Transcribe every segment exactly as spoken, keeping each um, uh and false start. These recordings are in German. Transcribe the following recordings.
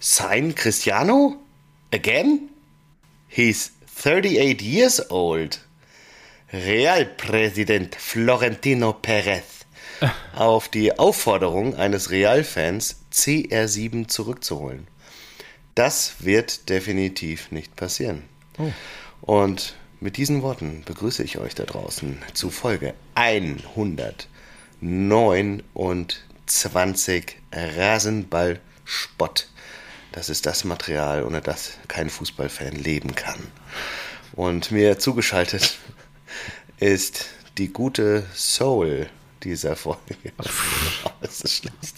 Sign Cristiano? Again? He's thirty-eight years old. Real-Präsident Florentino Perez auf die Aufforderung eines Real-Fans C R sieben zurückzuholen. Das wird definitiv nicht passieren. Oh. Und mit diesen Worten begrüße ich euch da draußen zu Folge hundertneunundzwanzig Rasenball-Spott. Das ist das Material, ohne das kein Fußballfan leben kann. Und mir zugeschaltet ist die gute Soul dieser Folge. Oh, das ist schlecht.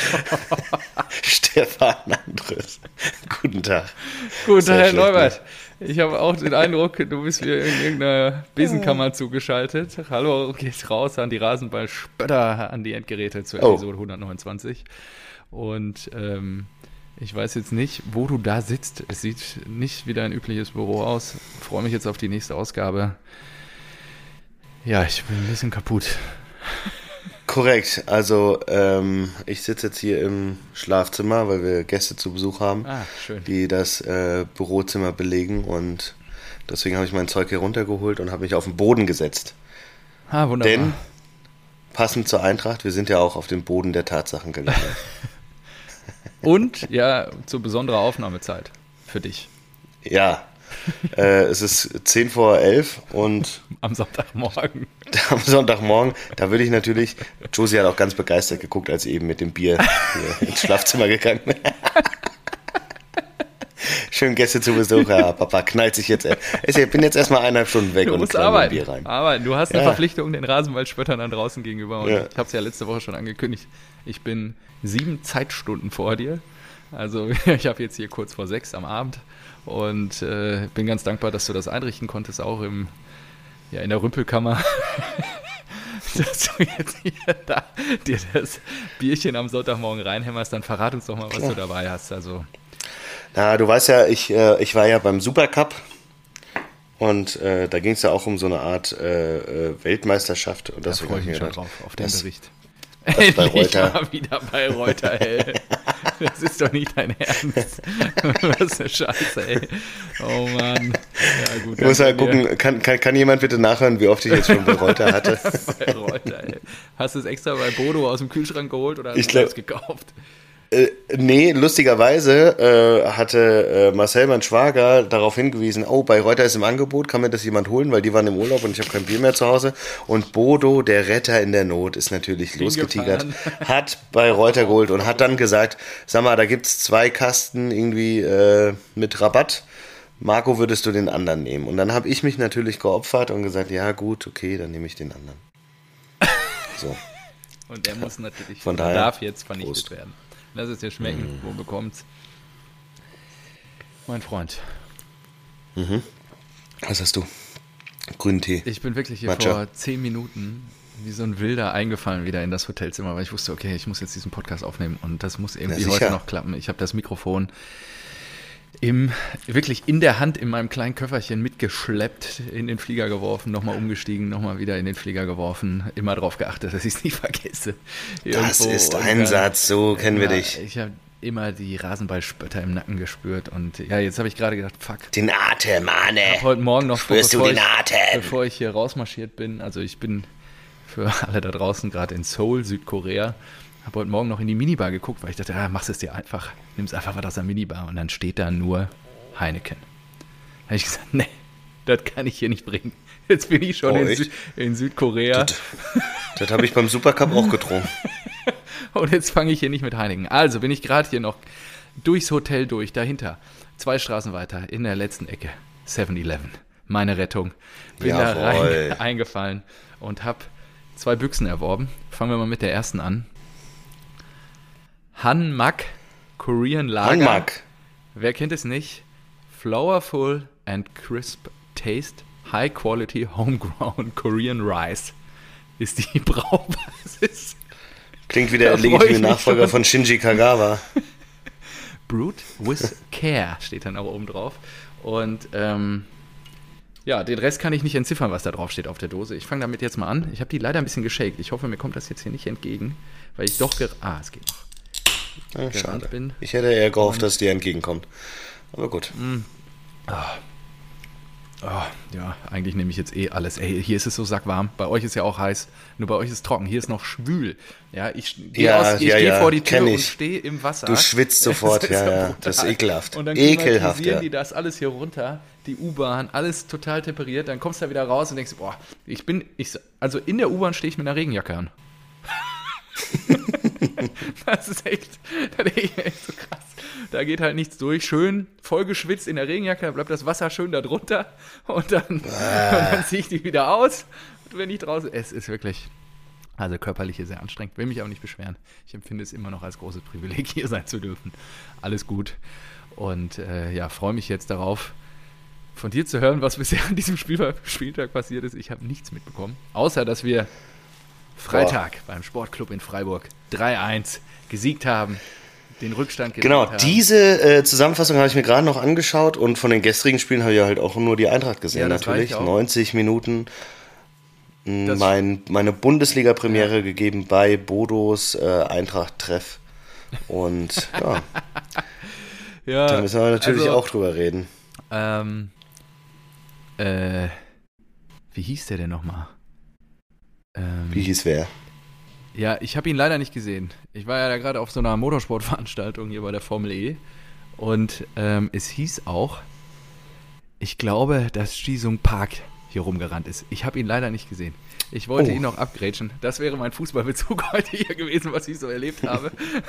Stefan Andres. Guten Tag. Guten Tag, Herr Neubert. Ich habe auch den Eindruck, du bist wieder in irgendeiner Besenkammer zugeschaltet. Hallo, geht raus an die Rasenball-Spötter, an die Endgeräte zur Episode oh. hundertneunundzwanzig. Und ähm, ich weiß jetzt nicht, wo du da sitzt. Es sieht nicht wie dein übliches Büro aus. Ich freue mich jetzt auf die nächste Ausgabe. Ja, ich bin ein bisschen kaputt. Korrekt, also ähm, ich sitze jetzt hier im Schlafzimmer, weil wir Gäste zu Besuch haben, ah, schön. die das äh, Bürozimmer belegen, und deswegen habe ich mein Zeug hier runtergeholt und habe mich auf den Boden gesetzt. Ah, wunderbar. Denn, passend zur Eintracht, wir sind ja auch auf dem Boden der Tatsachen gelandet. Und, ja, zu besonderer Aufnahmezeit für dich. Ja. äh, es ist zehn vor elf und am Sonntagmorgen. Am Sonntagmorgen, da würde ich natürlich, Josie hat auch ganz begeistert geguckt, als sie eben mit dem Bier hier ins Schlafzimmer gegangen ist. Schön Gäste zu Besuch, ja, Papa knallt sich jetzt. Ich bin jetzt erstmal eineinhalb Stunden weg du und musst knall arbeiten, Bier rein. arbeiten. Du hast eine ja. Verpflichtung den Rasenballspöttern da draußen gegenüber. Und ja. Ich habe es ja letzte Woche schon angekündigt. Ich bin sieben Zeitstunden vor dir. Also ich habe jetzt hier kurz vor sechs am Abend. Und äh, bin ganz dankbar, dass du das einrichten konntest, auch im, ja, in der Rümpelkammer. Dass du jetzt hier da, dir das Bierchen am Sonntagmorgen reinhämmerst, dann verrat uns doch mal, was Klar. du dabei hast. Also. Na, du weißt ja, ich, äh, ich war ja beim Supercup und äh, da ging es ja auch um so eine Art äh, Weltmeisterschaft. Und da freue ich mich schon drauf, auf den das, Bericht. Das bei Endlich Reuter. mal wieder bei Reuter, ey. Das ist doch nicht dein Ernst. Was eine Scheiße, ey. Oh Mann. Ja, gut. Ich muss halt gucken, kann, kann, kann jemand bitte nachhören, wie oft ich jetzt schon bei Reuter hatte? Bei Reuter, ey. Hast du es extra bei Bodo aus dem Kühlschrank geholt oder hast ich du glaub, es gekauft? Äh, nee, lustigerweise äh, hatte äh, Marcel, mein Schwager, darauf hingewiesen, oh, bei Reuter ist im Angebot, kann mir das jemand holen, weil die waren im Urlaub und ich habe kein Bier mehr zu Hause. Und Bodo, der Retter in der Not, ist natürlich losgetigert, hat bei Reuter geholt und hat dann gesagt, sag mal, da gibt's zwei Kasten irgendwie äh, mit Rabatt. Marco, würdest du den anderen nehmen? Und dann habe ich mich natürlich geopfert und gesagt, ja gut, okay, dann nehme ich den anderen. So. Und der muss natürlich, Von daher, darf jetzt vernichtet Prost. werden. Lass es dir schmecken, mm. wo bekommt's? Mein Freund. Mhm. Was hast du? Grünen Tee. Ich bin wirklich hier Matcha. vor zehn Minuten wie so ein Wilder eingefallen wieder in das Hotelzimmer, weil ich wusste, okay, ich muss jetzt diesen Podcast aufnehmen und das muss irgendwie heute noch klappen. Ich habe das Mikrofon im, wirklich in der Hand in meinem kleinen Köfferchen mitgeschleppt, in den Flieger geworfen, nochmal umgestiegen, nochmal wieder in den Flieger geworfen, immer darauf geachtet, dass ich es nicht vergesse. Irgendwo. Das ist Einsatz, so kennen immer, wir dich. Ich habe immer die Rasenballspötter im Nacken gespürt und ja, jetzt habe ich gerade gedacht, fuck. Den Atem, Mann. Heute Morgen noch, Spürst bevor, du den ich, Atem? bevor ich hier rausmarschiert bin, also ich bin für alle da draußen gerade in Seoul, Südkorea, habe heute Morgen noch in die Minibar geguckt, weil ich dachte, ah, machst es dir einfach, nimmst einfach was aus der Minibar und dann steht da nur Heineken. Da habe ich gesagt, nee, das kann ich hier nicht bringen. Jetzt bin ich schon oh, in, Sü- in Südkorea. Das, das habe ich beim Supercup auch getrunken. Und jetzt fange ich hier nicht mit Heineken. Also bin ich gerade hier noch durchs Hotel durch, dahinter, zwei Straßen weiter, in der letzten Ecke, seven eleven. Meine Rettung. Bin Jawohl. da rein eingefallen und habe zwei Büchsen erworben. Fangen wir mal mit der ersten an. Hanmak Korean Lager. Hanmak. Wer kennt es nicht? Flourful and crisp taste, high quality homegrown Korean rice ist die Braubasis. Klingt wie der legitime Nachfolger schon. Von Shinji Kagawa. Brewed with care steht dann auch oben drauf. Und ähm, ja, den Rest kann ich nicht entziffern, was da drauf steht auf der Dose. Ich fange damit jetzt mal an. Ich habe die leider ein bisschen geshakt. Ich hoffe, mir kommt das jetzt hier nicht entgegen, weil ich doch... Ger- ah, es geht noch. Ja, schade. Bin. Ich hätte eher gehofft, dass es dir entgegenkommt. Aber gut. Mm. Oh. Oh, ja, eigentlich nehme ich jetzt eh alles. Ey, hier ist es so sackwarm. Bei euch ist ja auch heiß. Nur bei euch ist es trocken. Hier ist noch schwül. Ja, ich gehe ja, ich ja, geh ja, vor die Tür und stehe im Wasser. Du schwitzt sofort, ja, ja. Das ist ekelhaft. Und dann ekelhaft, klimatisieren die das alles hier runter. Die U-Bahn, alles total temperiert. Dann kommst du da wieder raus und denkst, boah, ich bin, ich, also in der U-Bahn stehe ich mit einer Regenjacke an. Das ist echt, das ist echt so krass. Da geht halt nichts durch. Schön voll geschwitzt in der Regenjacke, da bleibt das Wasser schön da drunter und dann, ah. und dann ziehe ich die wieder aus. Und wenn ich draußen, es ist wirklich, also körperlich hier sehr anstrengend. Will mich aber nicht beschweren. Ich empfinde es immer noch als großes Privileg, hier sein zu dürfen. Alles gut. Und äh, ja, freue mich jetzt darauf, von dir zu hören, was bisher an diesem Spiel, Spieltag passiert ist. Ich habe nichts mitbekommen, außer dass wir Freitag Boah. beim Sportclub in Freiburg drei eins gesiegt haben, den Rückstand gedreht Genau, haben. diese äh, Zusammenfassung habe ich mir gerade noch angeschaut und von den gestrigen Spielen habe ich ja halt auch nur die Eintracht gesehen, ja, natürlich. neunzig Minuten mein, meine Bundesliga-Premiere ja. gegeben bei Bodos äh, Eintracht-Treff. Und ja, ja, da müssen wir natürlich also, auch drüber reden. Ähm, äh, wie hieß der denn nochmal? Ähm, Wie hieß wer? Ja, ich habe ihn leider nicht gesehen. Ich war ja da gerade auf so einer Motorsportveranstaltung hier bei der Formel E. Und ähm, es hieß auch, ich glaube, dass Jisung Park hier rumgerannt ist. Ich habe ihn leider nicht gesehen. Ich wollte oh. ihn noch abgrätschen. Das wäre mein Fußballbezug heute hier gewesen, was ich so erlebt habe.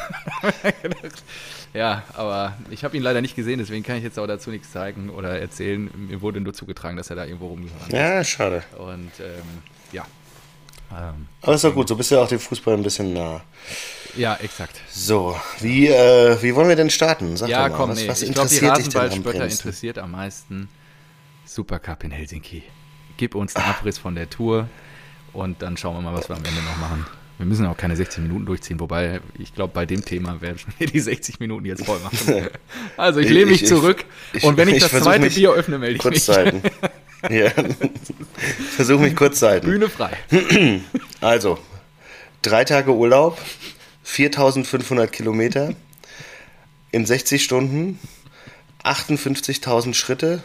Ja, aber ich habe ihn leider nicht gesehen, deswegen kann ich jetzt auch dazu nichts zeigen oder erzählen. Mir wurde nur zugetragen, dass er da irgendwo rumgerannt ist. Ja, schade. Und ähm, ja. Ähm, Aber ist doch gut, so bist du ja auch dem Fußball ein bisschen nah. Ja, exakt. So, wie, äh, wie wollen wir denn starten? Sag ja, doch mal, komm, was, nee. was ich glaube, die interessiert dich denn am Rasenballspötter brennendsten? interessiert am meisten Supercup in Helsinki. Gib uns einen Abriss von der Tour und dann schauen wir mal, was wir am Ende noch machen. Wir müssen auch keine sechzig Minuten durchziehen, wobei ich glaube, bei dem Thema werden wir die sechzig Minuten jetzt voll machen. Also ich lehne mich ich, zurück ich, und wenn ich, ich das zweite Bier öffne, melde ich kurz mich. Zeiten. Ja, versuche mich kurz zu halten. Bühne frei. Also, drei Tage Urlaub, viertausendfünfhundert Kilometer, in sechzig Stunden, achtundfünfzigtausend Schritte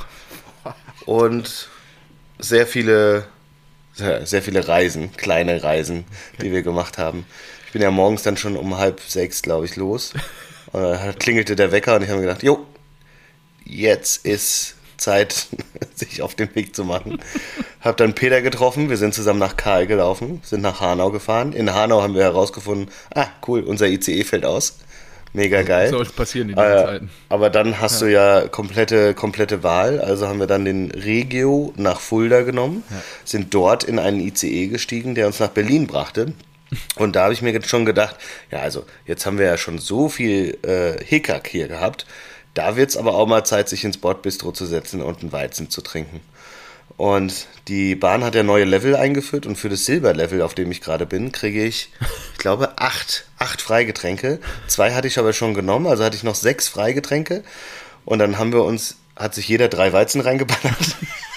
und sehr viele, sehr, sehr viele Reisen, kleine Reisen, okay. die wir gemacht haben. Ich bin ja morgens dann schon um halb sechs, glaube ich, los. Und da klingelte der Wecker und ich habe mir gedacht, jo, jetzt ist Zeit, sich auf den Weg zu machen. Hab dann Peter getroffen, wir sind zusammen nach Kahl gelaufen, sind nach Hanau gefahren. In Hanau haben wir herausgefunden, ah, cool, unser I C E fällt aus. Mega geil. Soll passieren in den äh, Zeiten. Aber dann hast ja. du ja komplette, komplette Wahl. Also haben wir dann den Regio nach Fulda genommen, ja. sind dort in einen I C E gestiegen, der uns nach Berlin brachte. Und da habe ich mir jetzt schon gedacht, ja, also jetzt haben wir ja schon so viel äh, Hickhack hier gehabt. Da wird es aber auch mal Zeit, sich ins Bordbistro zu setzen und einen Weizen zu trinken. Und die Bahn hat ja neue Level eingeführt und für das Silberlevel, auf dem ich gerade bin, kriege ich, ich glaube, acht, acht Freigetränke. Zwei hatte ich aber schon genommen, also hatte ich noch sechs Freigetränke. Und dann haben wir uns, hat sich jeder drei Weizen reingeballert.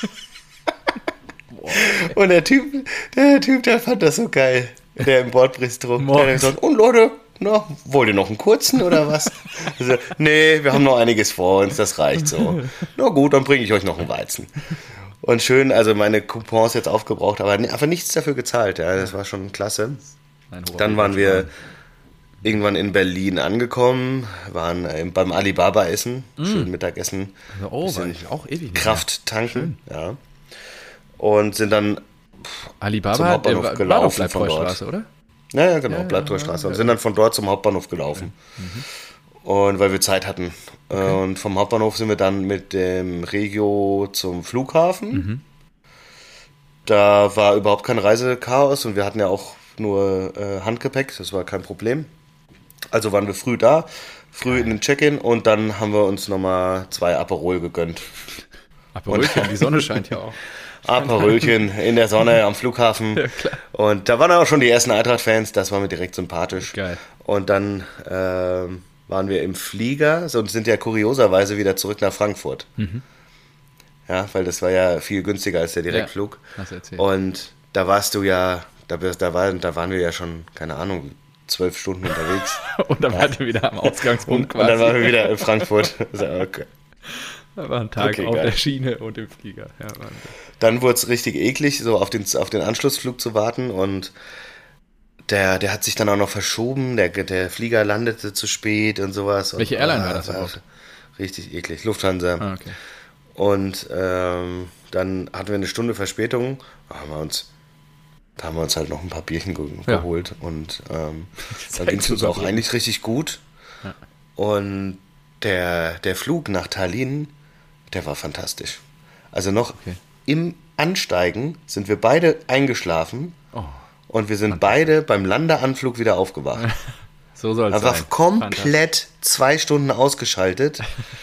Und der Typ, der Typ, der fand das so geil, der im Bordbistro. Der hat gesagt, und Leute, na, wollt ihr noch einen kurzen oder was? Also, nee, wir haben noch einiges vor uns, das reicht so. Na gut, dann bringe ich euch noch einen Weizen. Und schön, also meine Coupons jetzt aufgebraucht, aber einfach nichts dafür gezahlt. Ja, das war schon klasse. Dann waren wir irgendwann in Berlin angekommen, waren beim Alibaba essen, mm. schön Mittagessen. Also, oh, war ich auch ewig. Kraft tanken, ja. Und sind dann Alibaba zum Hauptbahnhof der, gelaufen war von dort. Straße, oder? Ja, ja, genau, ja, Bleibtreustraße. Ja, und ja. sind dann von dort zum Hauptbahnhof gelaufen. Okay. Mhm. Und weil wir Zeit hatten. Okay. Und vom Hauptbahnhof sind wir dann mit dem Regio zum Flughafen. Mhm. Da war überhaupt kein Reisechaos und wir hatten ja auch nur äh, Handgepäck, das war kein Problem. Also waren wir früh da, früh okay. in den Check-in und dann haben wir uns nochmal zwei Aperol gegönnt. Aperolchen, die Sonne scheint ja auch. Aperolchen in der Sonne am Flughafen. Ja, klar. Und da waren auch schon die ersten Eintracht-Fans, das war mir direkt sympathisch. Geil. Und dann äh, waren wir im Flieger und sind ja kurioserweise wieder zurück nach Frankfurt. Mhm. Ja, weil das war ja viel günstiger als der Direktflug. Ja, hast du erzählt. Und da warst du ja, da, da, war, da waren wir ja schon, keine Ahnung, zwölf Stunden unterwegs. Und dann ja. waren wir wieder am Ausgangspunkt und, und dann waren wir wieder in Frankfurt. Also, okay. Da war ein Tag okay, auf geil. der Schiene und im Flieger. Ja, dann wurde es richtig eklig, so auf den, auf den Anschlussflug zu warten und der, der hat sich dann auch noch verschoben, der, der Flieger landete zu spät und sowas. Welche und, Airline ah, war das überhaupt? Richtig eklig, Lufthansa. Ah, okay. Und ähm, dann hatten wir eine Stunde Verspätung, da haben wir uns, da haben wir uns halt noch ein paar Bierchen geholt ja. und ähm, dann ging es uns auch eigentlich richtig gut. Ja. Und der, der Flug nach Tallinn, der war fantastisch. Also noch okay. im Ansteigen sind wir beide eingeschlafen oh, und wir sind beide beim Landeanflug wieder aufgewacht. So soll es sein. Einfach komplett zwei Stunden ausgeschaltet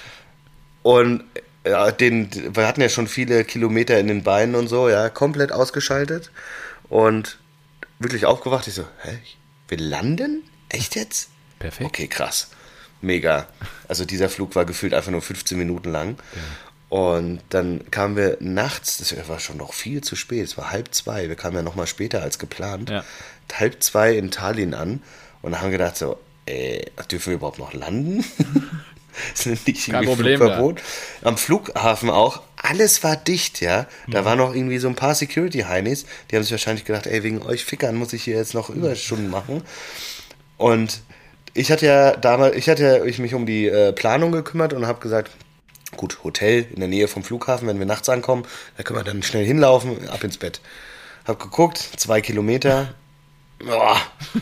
und ja, den, wir hatten ja schon viele Kilometer in den Beinen und so, ja, komplett ausgeschaltet und wirklich aufgewacht. Ich so, hä, wir landen? Echt jetzt? Perfekt. Okay, krass. Mega. Also dieser Flug war gefühlt einfach nur fünfzehn Minuten lang. Ja. Und dann kamen wir nachts, das war schon noch viel zu spät, es war halb zwei, wir kamen ja noch mal später als geplant, ja. halb zwei in Tallinn an und haben gedacht so, ey, dürfen wir überhaupt noch landen? Das ist nicht irgendwie Flugverbot. Am Flughafen auch, alles war dicht, ja. Da mhm. waren noch irgendwie so ein paar Security-Heinis, die haben sich wahrscheinlich gedacht, ey, wegen euch Fickern muss ich hier jetzt noch Überstunden machen. Und ich hatte ja damals, ich hatte ja mich um die äh, Planung gekümmert und habe gesagt, gut, Hotel in der Nähe vom Flughafen, wenn wir nachts ankommen, da können wir dann schnell hinlaufen, ab ins Bett. Hab geguckt, zwei Kilometer. Oh,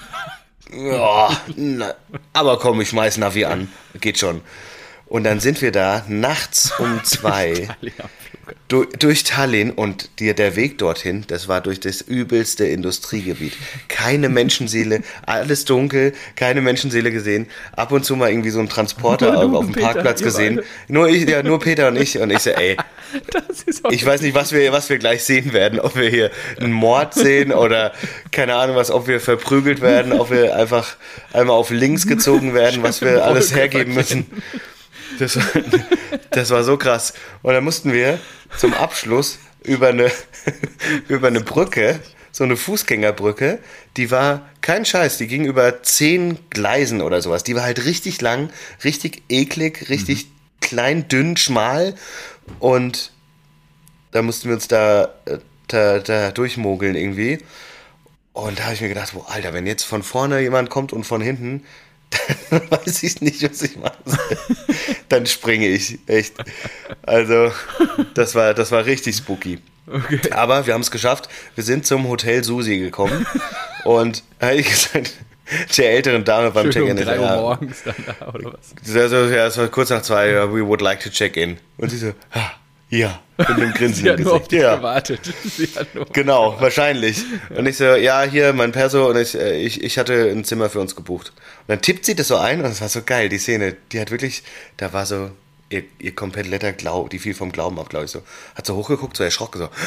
oh, na, aber komm, ich schmeiß Navi an, geht schon. Und dann sind wir da nachts um zwei durch, durch Tallinn und die, der Weg dorthin, das war durch das übelste Industriegebiet. Keine Menschenseele, alles dunkel, keine Menschenseele gesehen. Ab und zu mal irgendwie so ein Transporter auf, auf dem Peter, Parkplatz gesehen. Nur ich, ja, nur Peter und ich. Und ich so, ey, ich weiß nicht, was wir, was wir gleich sehen werden. Ob wir hier einen Mord sehen oder keine Ahnung was, ob wir verprügelt werden, ob wir einfach einmal auf links gezogen werden, was wir alles hergeben müssen. Das war, das war so krass. Und dann mussten wir zum Abschluss über eine, über eine Brücke, so eine Fußgängerbrücke, die war kein Scheiß, die ging über zehn Gleisen oder sowas. Die war halt richtig lang, richtig eklig, richtig mhm. klein, dünn, schmal. Und da mussten wir uns da, da, da durchmogeln irgendwie. Und da habe ich mir gedacht, boah, Alter, wenn jetzt von vorne jemand kommt und von hinten, dann weiß ich nicht, was ich machen soll. Dann springe ich, echt. Also, das war, das war richtig spooky. Okay. Aber wir haben es geschafft. Wir sind zum Hotel Susi gekommen. Und habe ich gesagt, der älteren Dame beim Check-in. Um drei Uhr morgens dann da, oder was? Also, ja, es war kurz nach zwei, we would like to check in. Und sie so, ah, ja, mit einem Grinsen Sie hat nur auf dich ja. gewartet. Sie hat nur genau, wahrscheinlich. Und ich so, ja, hier, mein Perso. Und ich, ich, ich hatte ein Zimmer für uns gebucht. Und dann tippt sie das so ein und es war so geil, die Szene. Die hat wirklich, da war so, ihr, ihr kompletter Glaube, die fiel vom Glauben ab, glaube ich so. Hat so hochgeguckt, so erschrocken, so.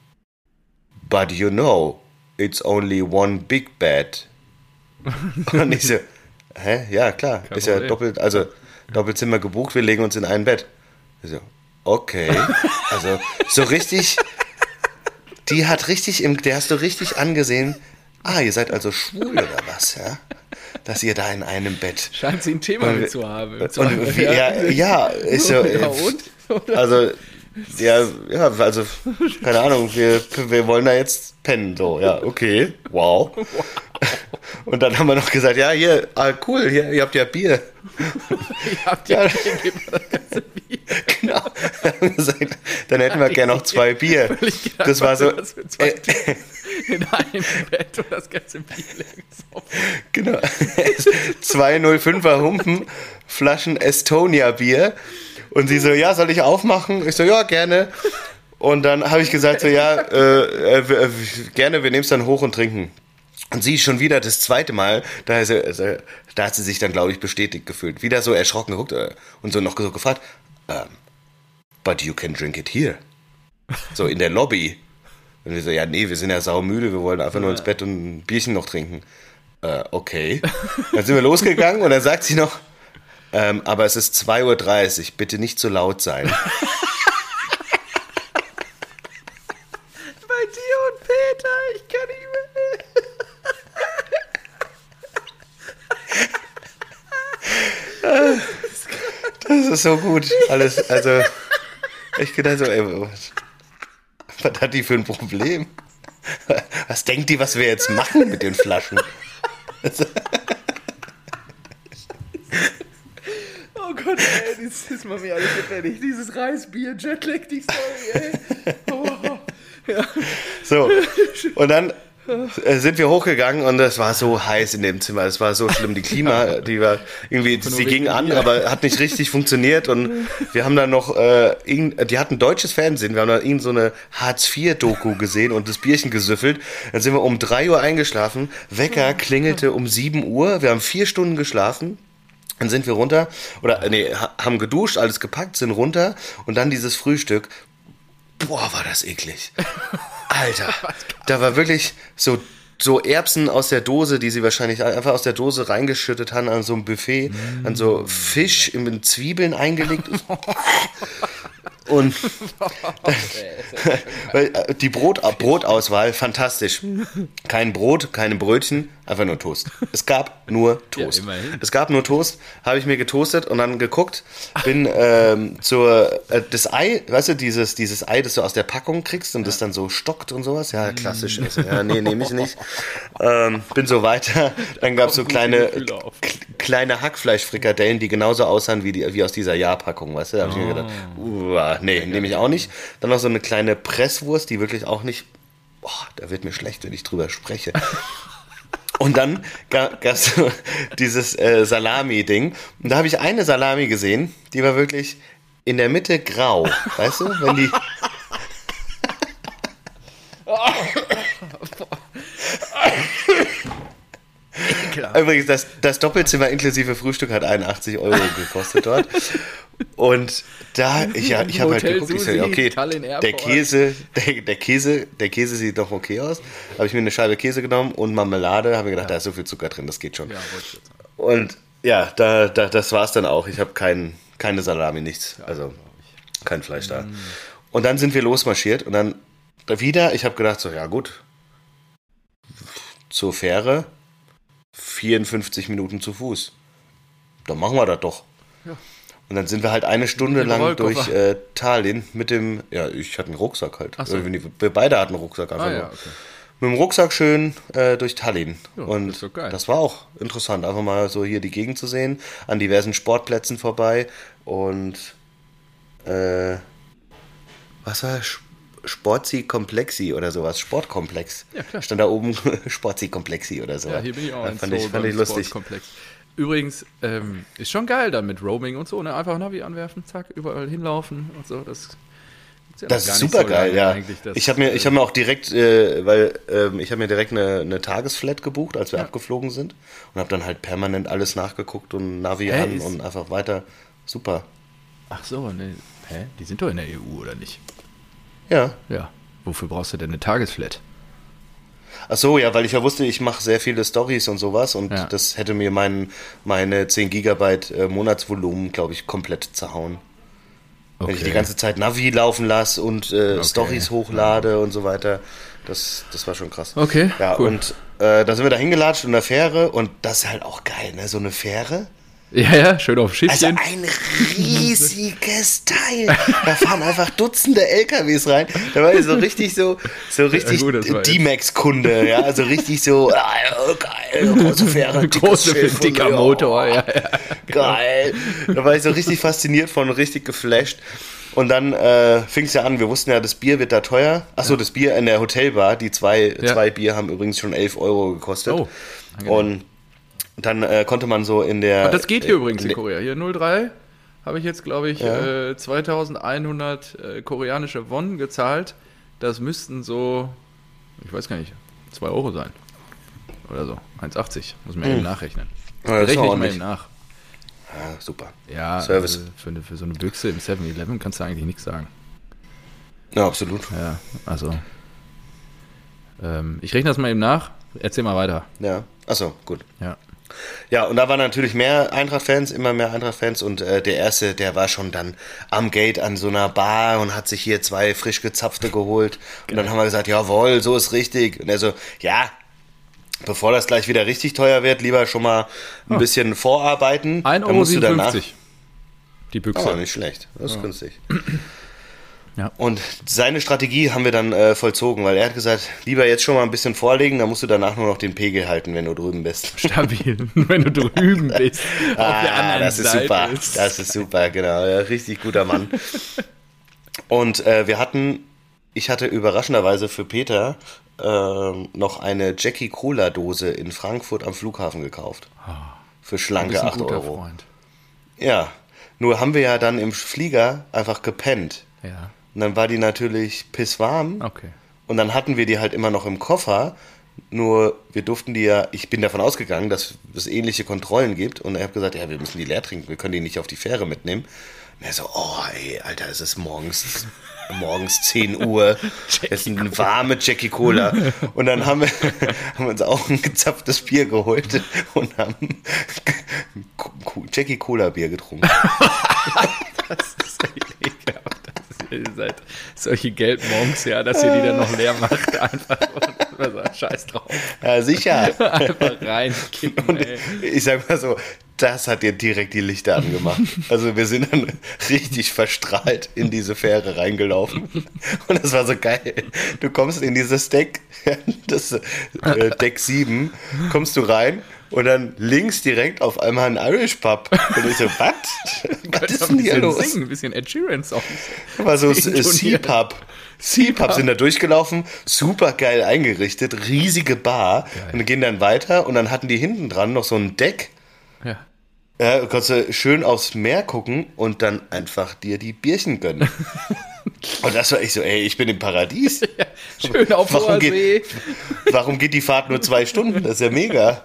But you know, it's only one big bed. Und ich so, hä? Ja, klar. Kein ist Problem. Ja doppelt, also Doppelzimmer gebucht, wir legen uns in ein Bett. Ich so, okay. Also, so richtig, die hat richtig, im, der hast du richtig angesehen, ah, ihr seid also schwul oder was, ja? Dass ihr da in einem Bett. Scheint sie ein Thema und, mit zu haben. Und wie, ja, ja, ist so. Ja, und? Also, ja, ja, also, keine Ahnung, wir, wir wollen da jetzt pennen, so, ja, okay, wow. wow. Und dann haben wir noch gesagt, ja, hier, ah, cool, hier, ihr habt ja Bier. Ihr habt ja, Bier, gebt mir das ganze Bier. Genau, dann haben wir gesagt, dann hätten wir gerne noch zwei Bier. Das war so, äh, in einem Bett und das ganze Bier leer. Genau, zwei null fünfer Humpen, Flaschen Estonia-Bier. Und sie so, ja, soll ich aufmachen? Ich so, ja, gerne. Und dann habe ich gesagt, so, ja, äh, äh, gerne, wir nehmen es dann hoch und trinken. Und sie schon wieder das zweite Mal, da, ist, also, da hat sie sich dann, glaube ich, bestätigt gefühlt. Wieder so erschrocken geguckt äh, und so noch so gefragt, um, but you can drink it here. So in der Lobby. Und wir so, ja, nee, wir sind ja saumüde, wir wollen einfach nur ins Bett und ein Bierchen noch trinken. Äh, okay. Dann sind wir losgegangen und dann sagt sie noch, ähm, aber es ist zwei Uhr dreißig, bitte nicht zu laut sein. Bei dir und Peter, ich kann nicht mehr. Das ist so gut. Alles, also, ich gedacht so, ey, was, was hat die für ein Problem? Was denkt die, was wir jetzt machen mit den Flaschen? Oh Gott, ey, das ist mal mir alles fertig. Dieses Reisbier, Jetlag, die Story, ey. Oh, ja. So, und dann äh, sind wir hochgegangen und es war so heiß in dem Zimmer. Es war so schlimm. Die Klima, die war irgendwie, sie ging an, aber hat nicht richtig funktioniert. Und wir haben dann noch, äh, die hatten deutsches Fernsehen. Wir haben da irgend so eine Hartz vier Doku gesehen und das Bierchen gesüffelt. Dann sind wir um drei Uhr eingeschlafen. Wecker klingelte um sieben Uhr. Wir haben vier Stunden geschlafen. Dann sind wir runter, oder nee, haben geduscht, alles gepackt, sind runter und dann dieses Frühstück. Boah, war das eklig. Alter, da war wirklich so, so Erbsen aus der Dose, die sie wahrscheinlich einfach aus der Dose reingeschüttet haben an so einem Buffet, mm. an so Fisch in Zwiebeln eingelegt. Und die Brot, Brotauswahl, fantastisch. Kein Brot, keine Brötchen, einfach nur Toast. Es gab nur Toast. Ja, es gab nur Toast, habe ich mir getoastet und dann geguckt, bin ähm, zur, äh, das Ei, weißt du, dieses, dieses Ei, das du aus der Packung kriegst und ja. das dann so stockt und sowas. Ja, klassisch. Also, ja, nee, nehme ich nicht. Ähm, bin so weiter. Dann gab es so kleine, k- kleine Hackfleischfrikadellen, die genauso aussahen wie, die, wie aus dieser Ja-Packung, weißt du? Da habe ich mir gedacht, uh, nee, nehme ich auch nicht. Dann noch so eine kleine Presswurst, die wirklich auch nicht, boah, da wird mir schlecht, wenn ich drüber spreche. Und dann gab es dieses äh, Salami-Ding. Und da habe ich eine Salami gesehen, die war wirklich in der Mitte grau. Weißt du, wenn die... Übrigens, das, das Doppelzimmer inklusive Frühstück hat einundachtzig Euro gekostet dort. Und da, ich, ja, ich habe halt geguckt, ich so, okay, der Käse, der, der Käse, der Käse sieht doch okay aus. Habe ich mir eine Scheibe Käse genommen und Marmelade, habe mir gedacht, ja. da ist so viel Zucker drin, das geht schon. Ja, und ja, da, da, das war's dann auch. Ich habe kein, keine Salami, nichts, also kein Fleisch da. Und dann sind wir losmarschiert und dann wieder, ich habe gedacht, so, ja gut, zur Fähre, vierundfünfzig Minuten zu Fuß. Dann machen wir das doch. Ja. Und dann sind wir halt eine Stunde lang durch äh, Tallinn mit dem, ja, ich hatte einen Rucksack halt. So. Wir beide hatten einen Rucksack einfach ah, nur. Ja, okay. Mit dem Rucksack schön äh, durch Tallinn. Ja, und das, das war auch interessant, einfach mal so hier die Gegend zu sehen, an diversen Sportplätzen vorbei und äh, was war das? Sportsi Komplexi oder sowas, Sportkomplex. Ja, klar. Stand da oben Sportsi Komplexi oder so. Ja, hier bin ich auch ein fand ich, fand ich lustig. Übrigens, ähm, ist schon geil dann mit Roaming und so, ne? Einfach Navi anwerfen, zack, überall hinlaufen und so. Das, ja das ist super so geil, ja. Das, ich habe mir, ich hab mir auch direkt, äh, weil ähm, ich habe mir direkt eine, eine Tagesflat gebucht, als wir ja. abgeflogen sind und habe dann halt permanent alles nachgeguckt und Navi hä, an und einfach weiter. Super. Ach so, ne, hä? Die sind doch in der E U, oder nicht? Ja. Ja. Wofür brauchst du denn eine Tagesflat? Ach so, ja, weil ich ja wusste, ich mache sehr viele Storys und sowas und ja. das hätte mir mein, meine zehn Gigabyte äh, Monatsvolumen, glaube ich, komplett zerhauen. Okay. Wenn ich die ganze Zeit Navi laufen lasse und äh, okay. Storys hochlade ja. und so weiter. Das, das war schon krass. Okay, ja, cool. Und äh, da sind wir da hingelatscht in der Fähre und das ist halt auch geil, ne? So eine Fähre. Ja, ja, schön auf Schiffchen. Also ein riesiges Teil. Da fahren einfach Dutzende L K Ws rein. Da war ich so richtig so, so richtig ja, D-Max-Kunde, ja, also richtig so, ah, geil, große Fähre, große, Schiff, dicker Motor, ja, ja. Geil. Da war ich so richtig fasziniert von, richtig geflasht. Und dann äh, fing es ja an, wir wussten ja, das Bier wird da teuer. Achso, ja. das Bier in der Hotelbar, die zwei, ja. zwei Bier haben übrigens schon elf Euro gekostet. Oh, und dann äh, konnte man so in der... Und das geht hier äh, übrigens in Korea. Hier null drei habe ich jetzt, glaube ich, ja. äh, zweitausendeinhundert äh, koreanische Won gezahlt. Das müssten so, ich weiß gar nicht, zwei Euro sein. Oder so, eins achtzig. Muss man hm. eben nachrechnen. Ja, das rechne ich mal eben nach. Ja, super. Ja, Service. Also für, eine, für so eine Büchse im seven eleven kannst du eigentlich nichts sagen. Ja, absolut. Ja, also ähm, ich rechne das mal eben nach. Erzähl mal weiter. Ja, achso, gut. Ja. Ja, und da waren natürlich mehr Eintracht-Fans, immer mehr Eintracht-Fans und äh, der Erste, der war schon dann am Gate an so einer Bar und hat sich hier zwei frisch gezapfte geholt und dann haben wir gesagt, jawohl, so ist richtig und er so, ja, bevor das gleich wieder richtig teuer wird, lieber schon mal ein oh. bisschen vorarbeiten. ein Euro siebenundfünfzig. Die Büchse. Oh, nicht schlecht. Das ist ja. günstig. Ja. Und seine Strategie haben wir dann äh, vollzogen, weil er hat gesagt, lieber jetzt schon mal ein bisschen vorlegen, dann musst du danach nur noch den Pegel halten, wenn du drüben bist. Stabil, wenn du drüben bist. ah, auf der anderen das ist Seite super, ist. das ist super, genau. Ja, richtig guter Mann. Und äh, wir hatten, ich hatte überraschenderweise für Peter äh, noch eine Jackie Cola Dose in Frankfurt am Flughafen gekauft. Für schlanke acht Euro. Freund. Ja, nur haben wir ja dann im Flieger einfach gepennt. Ja. Und dann war die natürlich pisswarm. Okay. Und dann hatten wir die halt immer noch im Koffer. Nur wir durften die ja, ich bin davon ausgegangen, dass es ähnliche Kontrollen gibt. Und er hat gesagt, ja, wir müssen die leer trinken, wir können die nicht auf die Fähre mitnehmen. Und er so, oh ey, Alter, es ist morgens, morgens zehn Uhr. Es ist eine warme Jackie Cola. Und dann haben wir, haben wir uns auch ein gezapftes Bier geholt und haben Jackie Cola Bier getrunken. Das ist illegal. Ihr seid solche Geldmonks, ja, dass ihr die dann noch leer macht, einfach und sagt, scheiß drauf. Ja, sicher. Einfach reinkippen, und ey. Ich sag mal so, das hat dir direkt die Lichter angemacht. Also wir sind dann richtig verstrahlt in diese Fähre reingelaufen. Und das war so geil. Du kommst in dieses Deck, das äh, Deck sieben, kommst du rein und dann links direkt auf einmal ein Irish Pub. Und ich so, was? Was ist denn hier los? Singen, ein bisschen Ed Sheeran Songs. War so C-Pub. C-Pub sind da durchgelaufen, super geil eingerichtet, riesige Bar. Geil. Und gehen dann weiter und dann hatten die hinten dran noch so ein Deck. Ja. Ja, du kannst schön aufs Meer gucken und dann einfach dir die Bierchen gönnen. Und das war ich so, ey, ich bin im Paradies. Ja, schön auf warum geht, warum geht die Fahrt nur zwei Stunden? Das ist ja mega.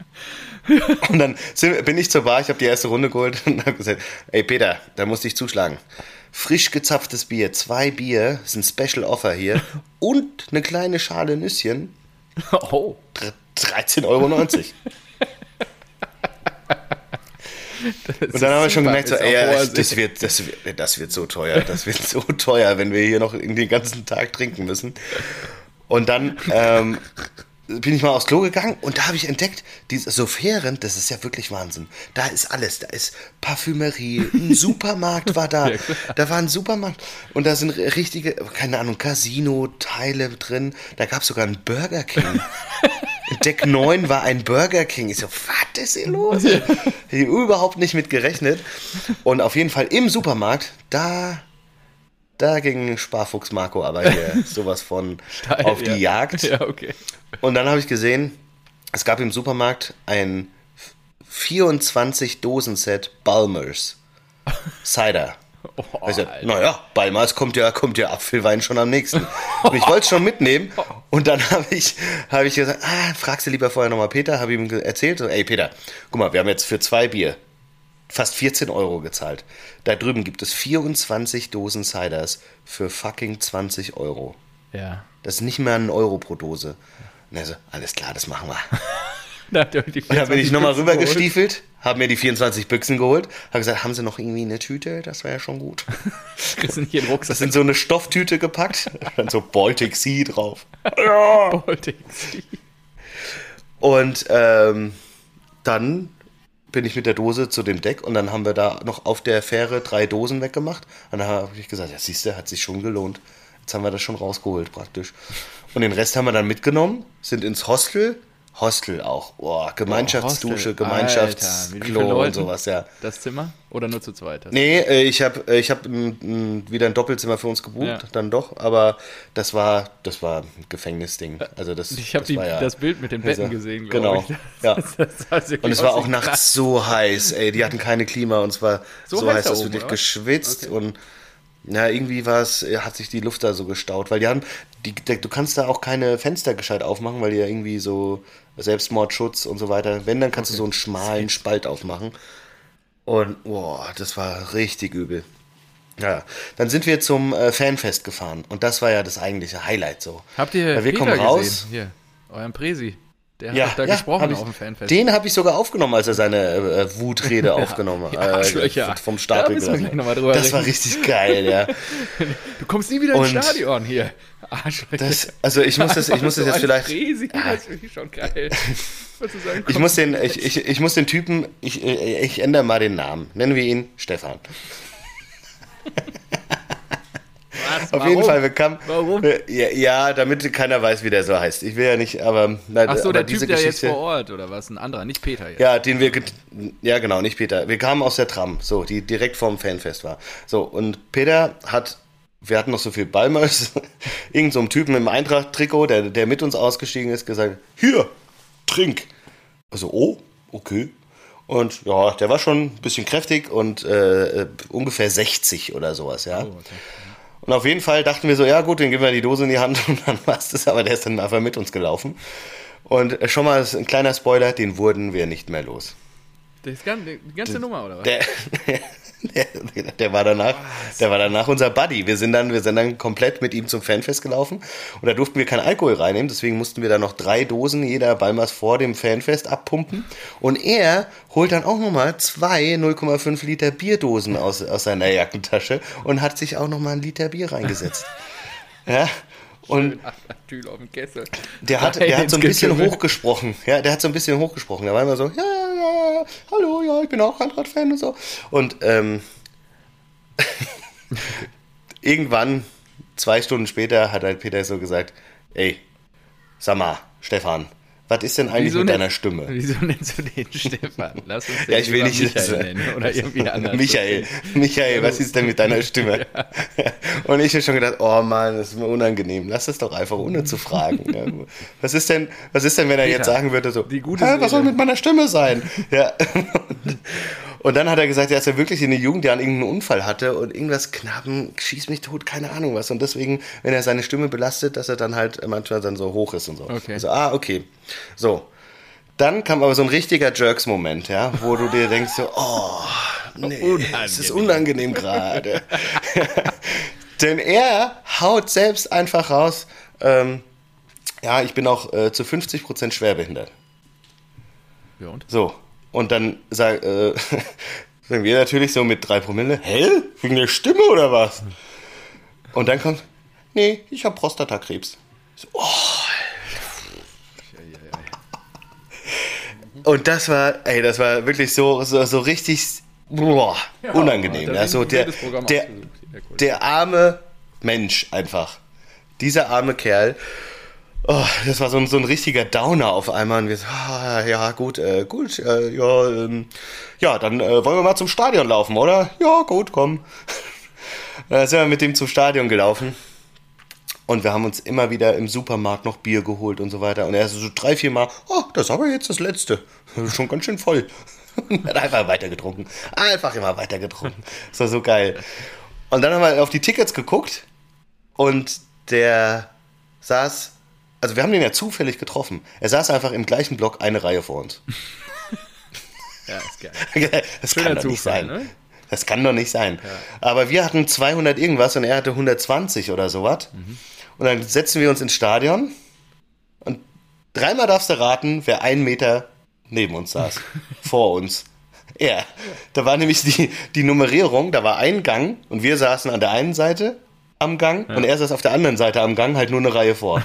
Und dann sind, bin ich zur Bar, ich habe die erste Runde geholt und habe gesagt, ey Peter, da musste ich zuschlagen. Frisch gezapftes Bier, zwei Bier, ist ein Special Offer hier und eine kleine Schale Nüsschen. Oh. dreizehn Euro neunzig. Und dann haben wir schon gemerkt, so, ey, das wird, das, wird, das wird so teuer, das wird so teuer, wenn wir hier noch den ganzen Tag trinken müssen. Und dann ähm, bin ich mal aufs Klo gegangen und da habe ich entdeckt, diese Sofären, das ist ja wirklich Wahnsinn. Da ist alles, da ist Parfümerie, ein Supermarkt war da, da war ein Supermarkt und da sind richtige, keine Ahnung, Casino-Teile drin, da gab es sogar einen Burger King. Deck neun war ein Burger King. Ich so, was ist hier los? Ich habe überhaupt nicht mit gerechnet. Und auf jeden Fall im Supermarkt, da, da ging Sparfuchs Marco aber hier sowas von Steil, auf die ja. Jagd. Ja, okay. Und dann habe ich gesehen, es gab im Supermarkt ein vierundzwanzig Dosen-Set Balmers Cider. Oh, also, naja, Balmers kommt ja, kommt ja Apfelwein schon am nächsten. Und ich wollte es schon mitnehmen. Und dann habe ich, hab ich gesagt, ah, fragst du lieber vorher nochmal Peter, habe ihm erzählt, so, ey Peter, guck mal, wir haben jetzt für zwei Bier fast vierzehn Euro gezahlt. Da drüben gibt es vierundzwanzig Dosen Ciders für fucking zwanzig Euro. Ja. Das ist nicht mehr ein Euro pro Dose. Und er so, alles klar, das machen wir. Da hat er die Und dann bin ich nochmal Büchsen rübergestiefelt, habe mir die vierundzwanzig Büchsen geholt, habe gesagt, haben Sie noch irgendwie eine Tüte? Das wäre ja schon gut. Kriegst du nicht in den Rucksack. Das in so eine Stofftüte gepackt, dann so Baltic Sea drauf. Ja. Baltic Sea. Und ähm, dann bin ich mit der Dose zu dem Deck und dann haben wir da noch auf der Fähre drei Dosen weggemacht. Und dann habe ich gesagt, ja siehst du, hat sich schon gelohnt. Jetzt haben wir das schon rausgeholt praktisch. Und den Rest haben wir dann mitgenommen, sind ins Hostel. Hostel auch. Boah, Gemeinschaftsdusche, oh, Gemeinschaftsklo und sowas, ja. Das Zimmer? Oder nur zu zweit? Das nee, äh, ich habe äh, ich hab, m, m, wieder ein Doppelzimmer für uns gebucht, ja. dann doch, aber das war das war ein Gefängnisding. Also das, ich habe ja, das Bild mit den Betten also, gesehen, genau, ich. Ja. Das, das, das und es war auch nachts krass. So heiß, ey, die hatten keine Klima und es war so, so heiß, dass du dich geschwitzt okay. und ja, irgendwie war es, hat sich die Luft da so gestaut, weil die haben, die, du kannst da auch keine Fenster gescheit aufmachen, weil die ja irgendwie so Selbstmordschutz und so weiter, wenn, dann kannst okay. du so einen schmalen Spalt aufmachen und boah, das war richtig übel. Ja, dann sind wir zum äh, Fanfest gefahren und das war ja das eigentliche Highlight so. Habt ihr weil wir Peter kommen raus, gesehen? Hier, euren Presi. Der ja, hat da ja, gesprochen ich, auf dem Fanfest. Den habe ich sogar aufgenommen, als er seine äh, Wutrede aufgenommen hat. Ja, äh, vom Stapel da gelassen. Noch mal drüber das reden. war richtig geil, ja. Du kommst nie wieder ins Stadion hier. Arschlöcher. Das, also ich muss das, ich muss das jetzt vielleicht... Riesig, das finde ich schon geil. Sagen, ich, muss den, ich, ich, ich muss den Typen, ich, ich ändere mal den Namen. Nennen wir ihn Stefan. Was? Auf Warum? jeden Fall, wir kamen. Warum? Ja, ja, damit keiner weiß, wie der so heißt. Ich will ja nicht, aber. Na, Ach so, aber der diese Typ, der Geschichte, jetzt vor Ort, oder was? Ein anderer, nicht Peter jetzt. Ja, den wir. Ja, genau, nicht Peter. Wir kamen aus der Tram, so, die direkt vorm Fanfest war. So, und Peter hat. Wir hatten noch so viel Ballmers. Irgend so ein Typen im Eintracht-Trikot, der, der mit uns ausgestiegen ist, gesagt: Hier, trink. Also, oh, okay. Und ja, der war schon ein bisschen kräftig und äh, ungefähr sechzig oder sowas, ja. Oh, okay. Und auf jeden Fall dachten wir so, ja gut, dann geben wir die Dose in die Hand und dann war es das, aber der ist dann einfach mit uns gelaufen. Und schon mal ein kleiner Spoiler, den wurden wir nicht mehr los. Das ganze, die ganze der, Nummer, oder was? Der, der, der, war danach, der war danach unser Buddy. Wir sind, dann, wir sind dann komplett mit ihm zum Fanfest gelaufen und da durften wir keinen Alkohol reinnehmen, deswegen mussten wir da noch drei Dosen jeder Balmers vor dem Fanfest abpumpen und er holt dann auch nochmal zwei null Komma fünf Liter Bierdosen aus, aus seiner Jackentasche und hat sich auch nochmal ein Liter Bier reingesetzt. Ja. Und auf dem Kessel. Der hat, der hat so ein bisschen Getümmel. hochgesprochen. Ja, der hat so ein bisschen hochgesprochen. Da war immer so, ja, ja, hallo, ja, ich bin auch Eintracht-Fan und so. Und ähm, irgendwann, zwei Stunden später, hat halt Peter so gesagt, ey, sag mal, Stefan, was ist denn eigentlich wieso mit deiner Stimme? Wieso nennst du den Stefan? Lass uns den ja, ich will nicht Michael nennen oder irgendwie anders. Michael, Michael, was ist denn mit deiner Stimme? Ja. Und ich habe schon gedacht, oh Mann, das ist mir unangenehm. Lass es doch einfach, ohne zu fragen. Ja. Was ist denn, was ist denn, wenn er Peter, jetzt sagen würde, so, die gute was soll mit meiner Stimme sein? Ja. Und dann hat er gesagt, dass er wirklich in der Jugend ja irgendeinen Unfall hatte und irgendwas Knappen, schieß mich tot, keine Ahnung was. Und deswegen, wenn er seine Stimme belastet, dass er dann halt manchmal dann so hoch ist und so. Okay. Also, ah, okay. So. Dann kam aber so ein richtiger Jerks-Moment, ja, wo du dir denkst so, oh, nee, es ist unangenehm gerade. Denn er haut selbst einfach raus, ähm, ja, ich bin auch äh, zu fünfzig Prozent schwerbehindert. Ja und? So. Und dann sag, äh, sagen wir natürlich so mit drei Promille, hä? Wegen der Stimme oder was? Und dann kommt, nee, ich habe Prostatakrebs. So, oh. Und das war, ey, das war wirklich so, so, so richtig boah, unangenehm. Ja, so der, der, der arme Mensch einfach. Dieser arme Kerl. Oh, das war so ein, so ein richtiger Downer auf einmal. Und wir so, ah, ja, gut, äh, gut, äh, ja, ähm, ja, dann äh, wollen wir mal zum Stadion laufen, oder? Ja, gut, komm. Dann sind wir mit dem zum Stadion gelaufen. Und wir haben uns immer wieder im Supermarkt noch Bier geholt und so weiter. Und er ist so drei, vier Mal, oh, das ist aber jetzt das Letzte. Das ist schon ganz schön voll. Und hat einfach weiter getrunken. Einfach immer weiter getrunken. Das war so geil. Und dann haben wir auf die Tickets geguckt. Und der saß, also wir haben den ja zufällig getroffen. Er saß einfach im gleichen Block eine Reihe vor uns. Ja, ist geil. Das Schöner kann doch Zufall, nicht sein. Ne? Das kann doch nicht sein. Ja. Aber wir hatten zweihundert irgendwas und er hatte hundertzwanzig oder sowas. Mhm. Und dann setzen wir uns ins Stadion und dreimal darfst du raten, wer einen Meter neben uns saß. Vor uns. Ja, da war nämlich die, die Nummerierung, da war ein Gang und wir saßen an der einen Seite am Gang ja. und er saß auf der anderen Seite am Gang, halt nur eine Reihe vor.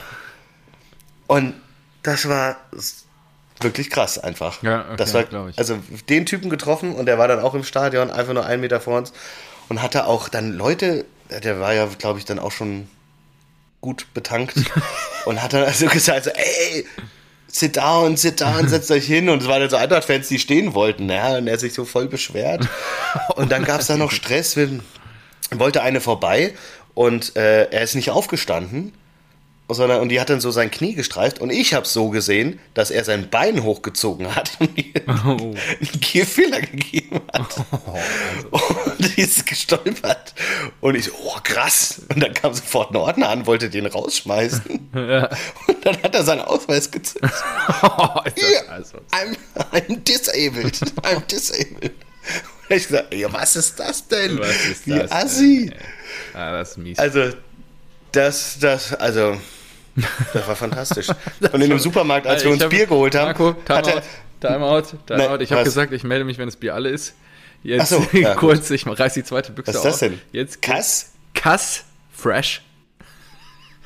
Und das war wirklich krass einfach. Ja, okay, das war, ich. Also den Typen getroffen und der war dann auch im Stadion, einfach nur einen Meter vor uns und hatte auch dann Leute, der war ja, glaube ich, dann auch schon gut betankt und hat dann also gesagt, so, ey, sit down, sit down, setzt euch hin. Und es waren dann so Eintracht-Fans, die stehen wollten. Ja, und er sich so voll beschwert. Und dann gab es da noch Stress. Wir, wollte eine vorbei und äh, er ist nicht aufgestanden. Sondern, und die hat dann so sein Knie gestreift. Und ich habe so gesehen, dass er sein Bein hochgezogen hat und mir oh. einen Gehfehler gegeben hat. Oh, also. Und die ist gestolpert. Und ich so, oh krass. Und dann kam sofort ein Ordner an, wollte den rausschmeißen. Ja. Und dann hat er seinen Ausweis gezückt. Oh, yeah, also. I'm, I'm disabled. I'm disabled. Und ich gesagt, ja, was ist das denn? Was ist Wie das assi. Denn, ah, das ist mies. Also, das, das, also... Das war fantastisch. Und in dem Supermarkt, als wir uns hab, Bier geholt haben, Marco, Timeout, Timeout, Timeout. Ich habe gesagt, ich melde mich, wenn das Bier alle ist. Jetzt so, ja, kurz, ich reiß die zweite Büchse auf. Was ist das denn? Jetzt Kass? Kass Fresh.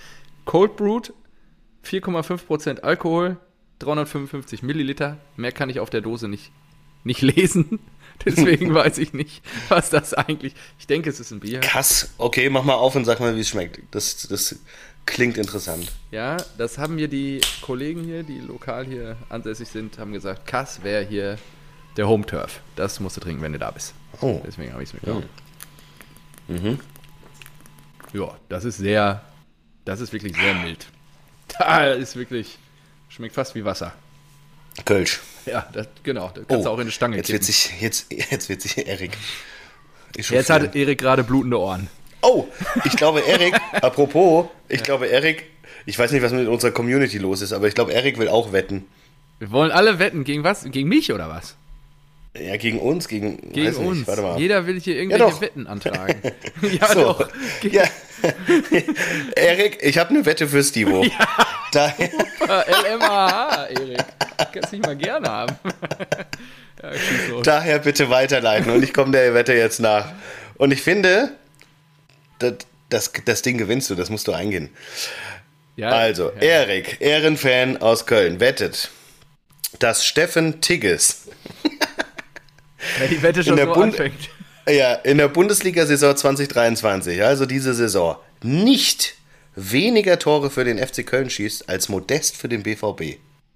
Cold Brewed, vier Komma fünf Prozent Alkohol, dreihundertfünfundfünfzig Milliliter. Mehr kann ich auf der Dose nicht, nicht lesen. Deswegen weiß ich nicht, was das eigentlich... Ich denke, es ist ein Bier. Krass. Okay, mach mal auf und sag mal, wie es schmeckt. Das, das klingt interessant. Ja, das haben mir die Kollegen hier, die lokal hier ansässig sind, haben gesagt, Kass wäre hier der Home Turf. Das musst du trinken, wenn du da bist. Oh. Deswegen habe ich es mitgenommen. Mhm. Ja, das ist sehr... Das ist wirklich sehr mild. Da ist wirklich... Schmeckt fast wie Wasser. Kölsch. Ja, das, genau. Das kannst Oh, du auch in eine Stange jetzt kippen. wird sich, jetzt, jetzt wird sich Erik. Jetzt hat Erik gerade blutende Ohren. Oh, ich glaube, Erik, apropos, ich ja. glaube, Erik, ich weiß nicht, was mit unserer Community los ist, aber ich glaube, Erik will auch wetten. Wir wollen alle wetten. Gegen was? Gegen mich oder was? Ja, gegen uns, gegen, gegen weiß uns. Nicht, warte mal. Jeder will hier irgendwelche ja, Wetten antragen. ja, so. doch. Ja. Erik, ich habe eine Wette für Stivo. Ja. Daher. Super, L M A H, Erik. Kannst dich mal gerne haben. ja, Daher bitte weiterleiten und ich komme der Wette jetzt nach. Und ich finde, das, das, das Ding gewinnst du, das musst du eingehen. Ja, also, ja. Erik, Ehrenfan aus Köln, wettet, dass Steffen Tigges Wenn die Wette schon so Bund- anfängt. Ja, in der Bundesliga-Saison zwanzig dreiundzwanzig, also diese Saison, nicht weniger Tore für den F C Köln schießt als Modest für den B V B.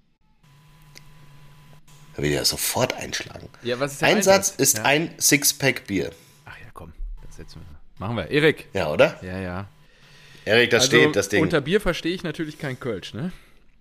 Da will ich ja sofort einschlagen. Ja, was ist der Einsatz Einsatz? ist ja. ein Sixpack Bier. Ach ja, komm, das setzen wir. Machen wir. Erik. Ja, oder? Ja, ja. Erik, da also, steht das Ding. Unter Bier verstehe ich natürlich kein Kölsch, ne?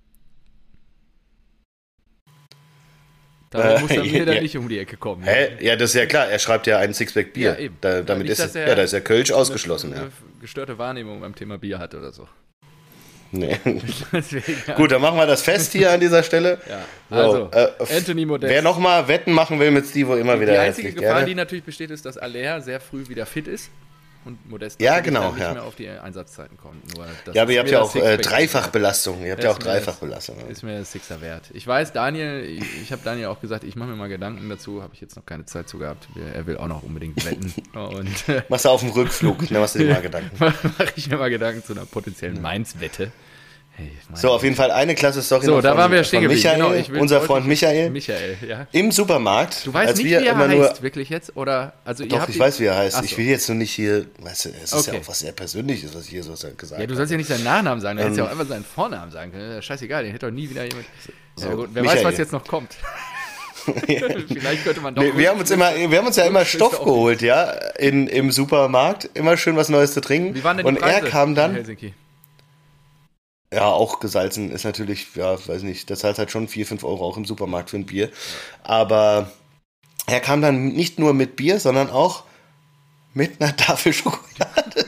Da äh, muss er mir ja, dann nicht um die Ecke kommen. Hä? Ja, das ist ja klar. Er schreibt ja ein Sixpack Bier. Ja, eben. Da, damit nicht, ist, er, ja, da ist ja Kölsch ausgeschlossen. Eine ja. gestörte Wahrnehmung beim Thema Bier hat oder so. Nee. Deswegen, ja. Gut, dann machen wir das fest hier an dieser Stelle. Ja. Also, so, äh, Anthony Modest. Wer nochmal Wetten machen will mit Stivo, immer wieder Die einzige Gefahr, gerne. die natürlich besteht, ist, dass Aller sehr früh wieder fit ist. Und Modest ja, genau, nicht ja. mehr auf die Einsatzzeiten kommt. Nur ja, aber ihr habt ja auch äh, Dreifachbelastung. Ihr habt ja auch Dreifachbelastung. Das, ist mir das Sixer wert. Ich weiß, Daniel, ich, ich habe Daniel auch gesagt, ich mache mir mal Gedanken dazu, habe ich jetzt noch keine Zeit zu gehabt. Er will auch noch unbedingt wetten. Und machst du auf dem Rückflug, dann machst du dir mal Gedanken. Mache ich mir mal Gedanken zu einer potenziellen Mainz-Wette. Hey, so, auf jeden Fall eine klasse Story. So, da waren wir stehen geblieben. Michael, genau, ich will, unser Freund Michael. Michael, ja. Im Supermarkt. Du weißt als nicht, wir wie er immer heißt, nur, wirklich jetzt? Oder, also, doch, ihr habt ich die, weiß, wie er heißt. So. Ich will jetzt nur nicht hier, weißt du, es ist okay. ja auch was sehr Persönliches, was ich hier so gesagt habe. Ja, du sollst ja nicht seinen Nachnamen sagen, du hättest ja auch einfach seinen Vornamen sagen können. Scheißegal, den hätte doch nie wieder jemand. So, ja, gut, wer Michael. weiß, was jetzt noch kommt. Vielleicht könnte man doch. Nee, wir, haben uns immer, wir haben uns ja immer Stoff geholt, ja, in, im Supermarkt. Immer schön was Neues zu trinken. Wie waren denn die Und Preise er kam dann. in Helsinki? Ja, auch gesalzen ist natürlich, ja, weiß nicht, das zahlt halt schon vier, fünf Euro auch im Supermarkt für ein Bier. Ja. Aber er kam dann nicht nur mit Bier, sondern auch mit einer Tafel Schokolade.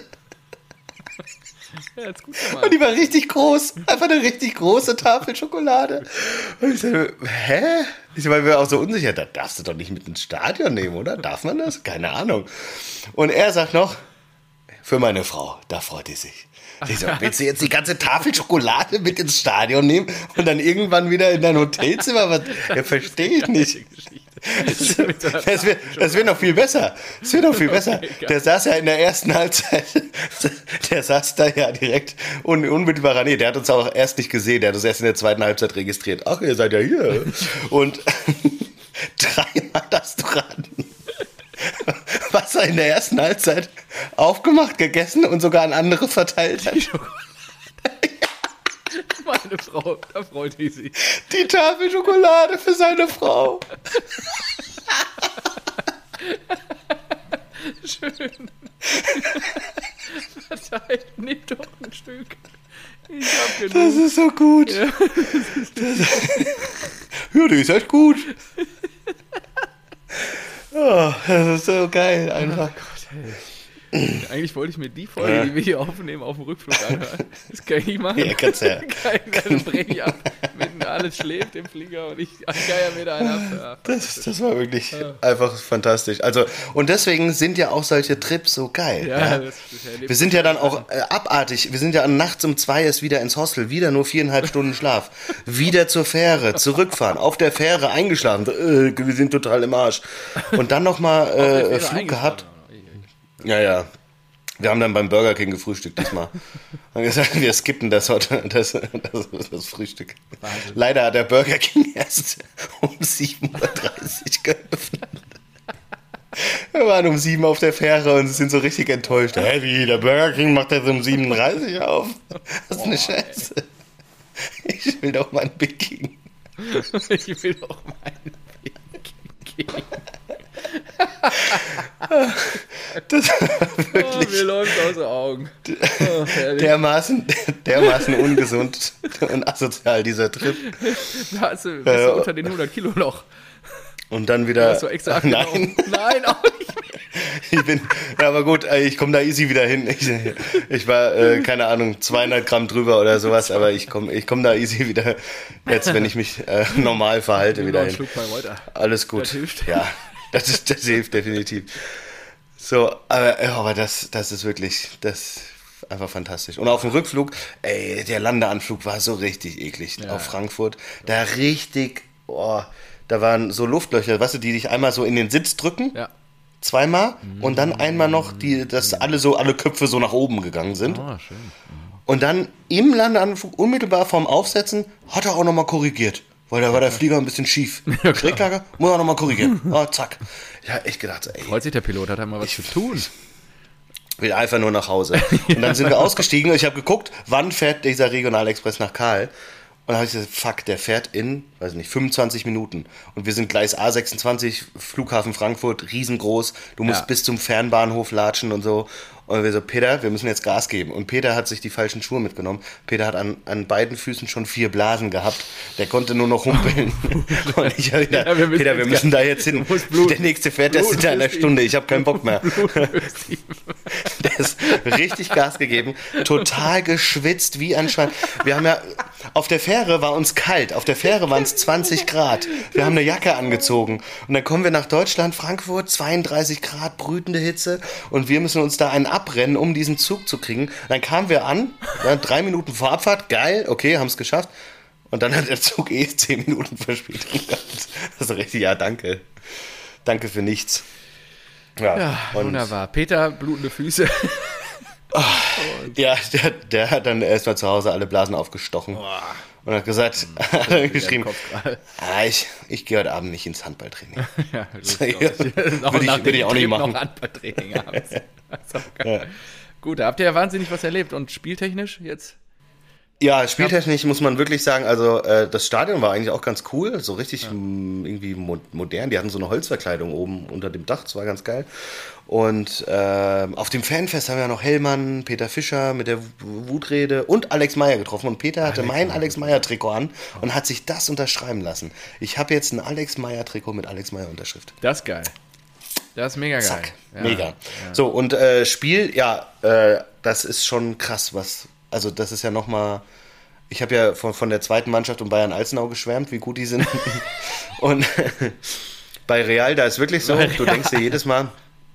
Ja, ist gut Und die war richtig groß. Einfach eine richtig große Tafel Schokolade. Und ich so, hä? Ich war mir auch so unsicher, da darfst du doch nicht mit ins Stadion nehmen, oder? Darf man das? Keine Ahnung. Und er sagt noch, für meine Frau, da freut die sich. Ich so, willst du jetzt die ganze Tafel Schokolade mit ins Stadion nehmen und dann irgendwann wieder in dein Hotelzimmer? Was? Ja, verstehe ich nicht. Das, das, wird, das wird noch viel besser. Das wird noch viel besser. Der saß ja in der ersten Halbzeit, der saß da ja direkt un, unmittelbar. Nee, der hat uns auch erst nicht gesehen, der hat uns erst in der zweiten Halbzeit registriert. Ach, ihr seid ja hier. Und dreimal darfst du raten, was er in der ersten Halbzeit aufgemacht, gegessen und sogar an andere verteilt hat. Meine Frau, da freut die sich. Die Tafel Schokolade für seine Frau. Schön. Verteilt, nehmt doch ein Stück. Ich hab genug. Das ist so gut. Ja, das, ja die ist echt gut. Oh, das ist so geil, einfach. Oh Gott, ey. Eigentlich wollte ich mir die Folge, ja. die wir hier aufnehmen, auf dem Rückflug anhören. Das kann ich nicht machen. Ja, kannst ja. Dann breche ich ab, mitten alles schläft im Flieger und ich geier mir da einen ab. Das, das war wirklich ja. einfach fantastisch. Also, und deswegen sind ja auch solche Trips so geil. Ja, ja. Das, das wir sind ja dann auch äh, abartig. Wir sind ja nachts um zwei erst wieder ins Hostel, wieder nur viereinhalb Stunden Schlaf. Wieder zur Fähre, zurückfahren, auf der Fähre eingeschlafen. Äh, wir sind total im Arsch. Und dann nochmal äh, Flug gehabt. Ja, ja. Wir haben dann beim Burger King gefrühstückt diesmal. Haben gesagt, wir skippen das heute, das, das, das Frühstück. Wahnsinn. Leider hat der Burger King erst um sieben Uhr dreißig geöffnet. Wir waren um sieben auf der Fähre und sind so richtig enttäuscht. Hä, wie, der Burger King macht jetzt um sieben Uhr dreißig auf? Das ist eine Scheiße. Ich will doch mal ein Big King. Ich will doch mal ein Big King. Das war wirklich oh, mir läuft aus den Augen. Oh, dermaßen, dermaßen ungesund und asozial, dieser Trip. Da hast du, bist du äh, unter den hundert Kilo noch. Und dann wieder... Hast du extra nein. Nein, auch nicht. Ich bin, ja, aber gut, ich komme da easy wieder hin. Ich, ich war, äh, keine Ahnung, zweihundert Gramm drüber oder sowas, aber ich komme ich komm da easy wieder, jetzt, wenn ich mich äh, normal verhalte, wieder hin. Alles gut. Das hilft. Ja, das, ist, das hilft definitiv. So, aber, aber das, das ist wirklich, das ist einfach fantastisch. Und auf dem Rückflug, ey, der Landeanflug war so richtig eklig ja. auf Frankfurt. Da richtig, oh, da waren so Luftlöcher, weißt du, die dich einmal so in den Sitz drücken. Ja. Zweimal und dann einmal noch, die, dass alle so alle Köpfe so nach oben gegangen sind. Oh, schön. Und dann im Landeanflug, unmittelbar vorm Aufsetzen, hat er auch nochmal korrigiert. Weil da war der Flieger ein bisschen schief. Ja, Schräglage, muss er nochmal korrigieren. Oh, zack. Ich hab echt gedacht, ey. Freut sich der Pilot, hat einmal was zu tun. Will einfach nur nach Hause. Und dann sind wir ausgestiegen und ich habe geguckt, wann fährt dieser Regionalexpress nach Kahl. Und dann habe ich gesagt, fuck, der fährt in, weiß nicht, fünfundzwanzig Minuten. Und wir sind Gleis A sechsundzwanzig, Flughafen Frankfurt, riesengroß. Du musst ja. bis zum Fernbahnhof latschen und so. Und wir so, Peter, wir müssen jetzt Gas geben. Und Peter hat sich die falschen Schuhe mitgenommen. Peter hat an, an beiden Füßen schon vier Blasen gehabt. Der konnte nur noch humpeln. Und ich habe gedacht, ja, wir Peter, wir müssen da jetzt hin. Der nächste fährt erst in einer Stunde. Ich habe keinen Bock mehr. Der ist richtig Gas gegeben. Total geschwitzt wie ein Schwein. Wir haben ja, auf der Fähre war uns kalt. Auf der Fähre waren es zwanzig Grad. Wir haben eine Jacke angezogen. Und dann kommen wir nach Deutschland, Frankfurt, zweiunddreißig Grad, brütende Hitze. Und wir müssen uns da einen abrennen, um diesen Zug zu kriegen. Dann kamen wir an, ja, drei Minuten vor Abfahrt, geil, okay, haben es geschafft. Und dann hat der Zug eh zehn Minuten Verspätung gehabt. Das ist richtig, ja, danke. Danke für nichts. Ja, ja wunderbar. Peter, blutende Füße. Oh, ja, der, der hat dann erstmal zu Hause alle Blasen aufgestochen. Oh. Und hat gesagt, hm, hat er geschrieben, ah, ich, ich gehe heute Abend nicht ins Handballtraining. Ja, das will ich, will ich auch nicht machen. Noch Handballtraining abends. Ja. Gut, da habt ihr ja wahnsinnig was erlebt. Und spieltechnisch jetzt? Ja, spieltechnisch muss man wirklich sagen, also äh, das Stadion war eigentlich auch ganz cool, so richtig ja. m, irgendwie mo- modern. Die hatten so eine Holzverkleidung oben unter dem Dach, das war ganz geil. Und äh, auf dem Fanfest haben wir noch Hellmann, Peter Fischer mit der Wutrede und Alex Meyer getroffen. Und Peter hatte Alex mein Meyer. Alex Meyer-Trikot an und hat sich das unterschreiben lassen. Ich habe jetzt ein Alex Meyer-Trikot mit Alex Meyer-Unterschrift. Das ist geil. Das ist mega geil. Zack, ja. mega. Ja. So, und äh, Spiel, ja, äh, das ist schon krass, was, also das ist ja nochmal, ich habe ja von, von der zweiten Mannschaft um Bayern-Alzenau geschwärmt, wie gut die sind. Und bei Real, da ist wirklich so, du denkst dir jedes Mal,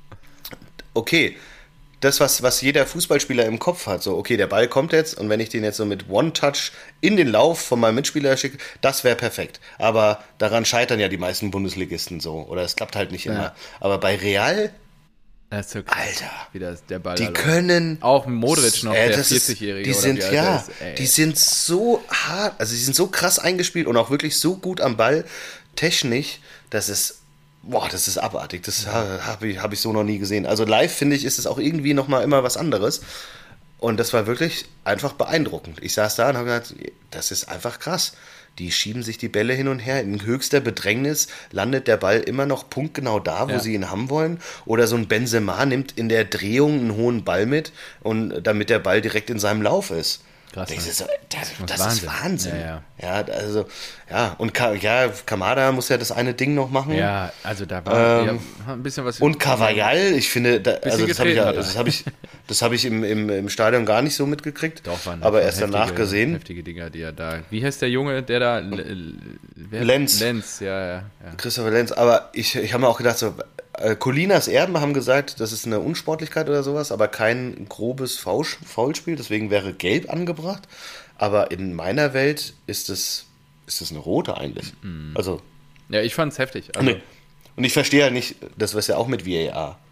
okay, das, was, was jeder Fußballspieler im Kopf hat, so, okay, der Ball kommt jetzt und wenn ich den jetzt so mit One-Touch in den Lauf von meinem Mitspieler schicke, das wäre perfekt. Aber daran scheitern ja die meisten Bundesligisten so, oder es klappt halt nicht immer. Ja. Aber bei Real, das ist so krass, Alter, wie das, der Ball die alle. können... Auch Modric noch, äh, der vierzigjährige. Die oder sind, wie ja, ist, die sind so hart, also die sind so krass eingespielt und auch wirklich so gut am Ball, technisch, dass es... Boah, das ist abartig. Das habe ich, hab ich so noch nie gesehen. Also live, finde ich, ist es auch irgendwie nochmal immer was anderes. Und das war wirklich einfach beeindruckend. Ich saß da und habe gedacht, das ist einfach krass. Die schieben sich die Bälle hin und her. In höchster Bedrängnis landet der Ball immer noch punktgenau da, wo ja. sie ihn haben wollen. Oder so ein Benzema nimmt in der Drehung einen hohen Ball mit, und damit der Ball direkt in seinem Lauf ist. Krass, das, ne? ist, das, das Wahnsinn. ist Wahnsinn. Ja, ja. ja, also, ja, und Ka- ja, Kamada muss ja das eine Ding noch machen. Ja, also da war ähm, ja, ein bisschen was. Und Carvajal, ich finde, da, also das habe ich, das hab ich, das hab ich im, im, im Stadion gar nicht so mitgekriegt, Doch, waren, aber erst heftige, danach gesehen. Heftige Dinger, die er da. Wie heißt der Junge, der da. Wer? Lenz. Lenz, ja, ja. ja. Christopher Lenz, aber ich, ich habe mir auch gedacht, so, äh, Colinas Erben haben gesagt, das ist eine Unsportlichkeit oder sowas, aber kein grobes Foul- Foulspiel, deswegen wäre Gelb angebracht. Aber in meiner Welt ist es ist das eine rote eigentlich. Mhm. Also, ja, ich fand's heftig. Also, nee. Und ich verstehe ja nicht, das war ja auch mit V A R.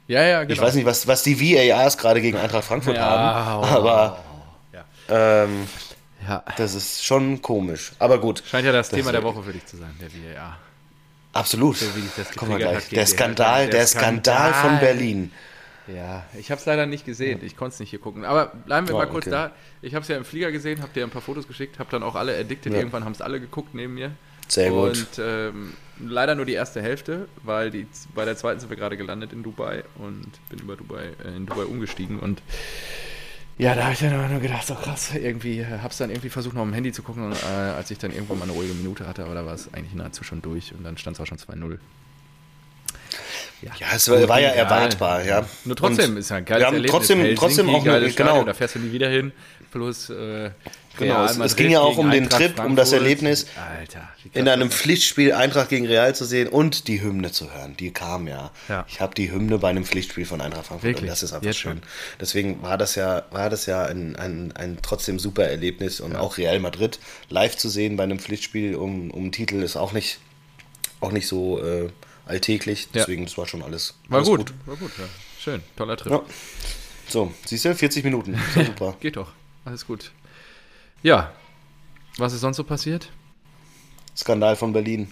Ja, ja, genau. Ich weiß nicht, was, was die V A Rs gerade gegen Eintracht Frankfurt ja, haben, oh, aber ja. Ähm, ja. das ist schon komisch. Aber gut. Scheint ja das, das Thema wird, der Woche für dich zu sein, der V A R. Absolut. So, wie dich das Kommen wir gleich. hat Der Skandal, der, der Skandal, Skandal von Berlin. Ja, ich habe es leider nicht gesehen. Ich konnte es nicht hier gucken. Aber bleiben wir oh, mal kurz okay. da. Ich habe es ja im Flieger gesehen, habe dir ein paar Fotos geschickt, habe dann auch alle addicted. Ja. Irgendwann haben es alle geguckt neben mir. Sehr gut. Und ähm, leider nur die erste Hälfte, weil die, bei der zweiten sind wir gerade gelandet in Dubai und bin über Dubai, äh, in Dubai umgestiegen. Und ja, da habe ich dann nur gedacht, so krass, irgendwie, habe es dann irgendwie versucht, noch am Handy zu gucken. Und äh, als ich dann irgendwann mal eine ruhige Minute hatte, aber da war es eigentlich nahezu schon durch und dann stand es auch schon zwei null. Ja, ja, es war, war ja erwartbar, ja. Nur trotzdem und ist ja ein geiles Erlebnis. Trotzdem, Helsinki, trotzdem auch geiles Stadion, genau. Da fährst du nie wieder hin. Plus, äh, genau. Es, es ging ja auch um den Eintracht Trip, Frankfurt. um das Erlebnis, Alter, in einem Pflichtspiel Eintracht gegen Real zu sehen und die Hymne zu hören. Die kam ja. ja. Ich habe die Hymne bei einem Pflichtspiel von Eintracht Frankfurt Wirklich? Und das ist einfach Jetzt schön. schon. Deswegen war das ja, war das ja ein, ein, ein trotzdem super Erlebnis und ja. auch Real Madrid live zu sehen bei einem Pflichtspiel um, um Titel ist auch nicht, auch nicht so äh, alltäglich, deswegen, es ja. war schon alles, war alles gut. gut. War gut, ja. Schön, toller Trip. Ja. So, siehst du, vierzig Minuten, ist ja super. Geht doch, alles gut. Ja, was ist sonst so passiert? Skandal von Berlin.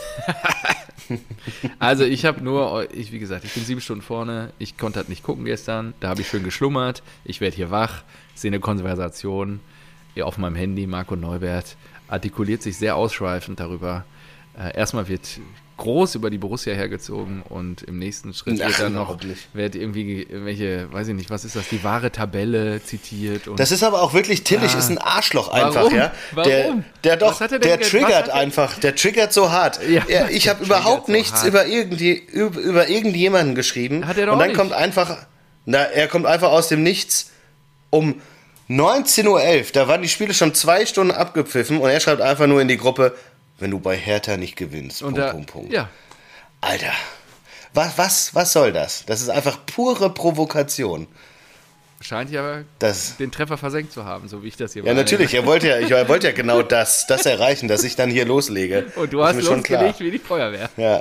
Also ich habe nur, ich wie gesagt, ich bin sieben Stunden vorne, ich konnte halt nicht gucken gestern, da habe ich schön geschlummert, ich werde hier wach, sehe eine Konversation auf meinem Handy, Marco Neubert artikuliert sich sehr ausschweifend darüber. Äh, erstmal wird groß über die Borussia hergezogen und im nächsten Schritt wird Ach, dann noch wird irgendwie welche, weiß ich nicht, was ist das, die wahre Tabelle zitiert. Und das ist aber auch wirklich, Tillich ah, ist ein Arschloch einfach, warum? ja. Warum? Der, der doch, der der triggert einfach, der triggert so hart. Ja, ja, ich habe überhaupt nichts so über, irgendwie, über, über irgendjemanden geschrieben. Hat er doch und dann nicht. kommt einfach, na, er kommt einfach aus dem Nichts um neunzehn Uhr elf, da waren die Spiele schon zwei Stunden abgepfiffen und er schreibt einfach nur in die Gruppe, wenn du bei Hertha nicht gewinnst. Und Punkt, da, Punkt, Punkt. Ja. Alter, was, was, was soll das? Das ist einfach pure Provokation. Scheint ja das, den Treffer versenkt zu haben, so wie ich das hier Ja, meine. Natürlich. Er wollte ja, ich wollte ja genau das, das erreichen, dass ich dann hier loslege. Und du hast losgelegt wie die Feuerwehr. Ja.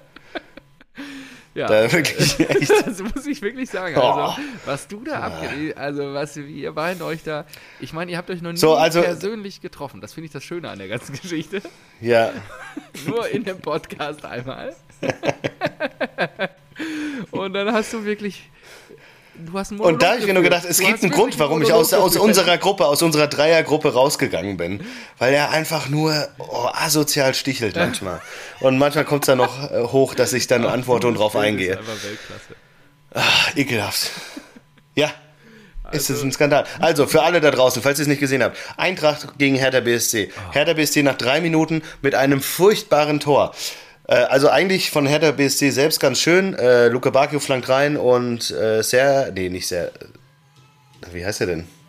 Ja, da wirklich, echt. Das muss ich wirklich sagen. Also, oh. was du da abgeredet, also was ihr beiden euch da, ich meine, ihr habt euch noch nie so, also, persönlich getroffen. Das finde ich das Schöne an der ganzen Geschichte. Ja. Nur in dem Podcast einmal. Und dann hast du wirklich, du hast einen Und da habe ich mir nur gedacht, es gibt einen Grund, warum ich aus, aus unserer Gruppe, aus unserer Dreiergruppe rausgegangen bin. Weil er einfach nur oh, asozial stichelt manchmal. Und manchmal kommt es dann noch äh, hoch, dass ich dann Ach, antworte und drauf eingehe. Das ist einfach Weltklasse. Ach, ekelhaft. Ja, also, ist es ein Skandal. Also, für alle da draußen, falls ihr es nicht gesehen habt, Eintracht gegen Hertha B S C. Oh. Hertha B S C nach drei Minuten mit einem furchtbaren Tor. Also eigentlich von Hertha B S C selbst ganz schön. Äh, Luka Bacchio flankt rein und äh, sehr, nee, nicht sehr, wie heißt er denn?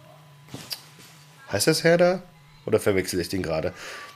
Heißt das Hertha? Oder verwechsel ich den gerade?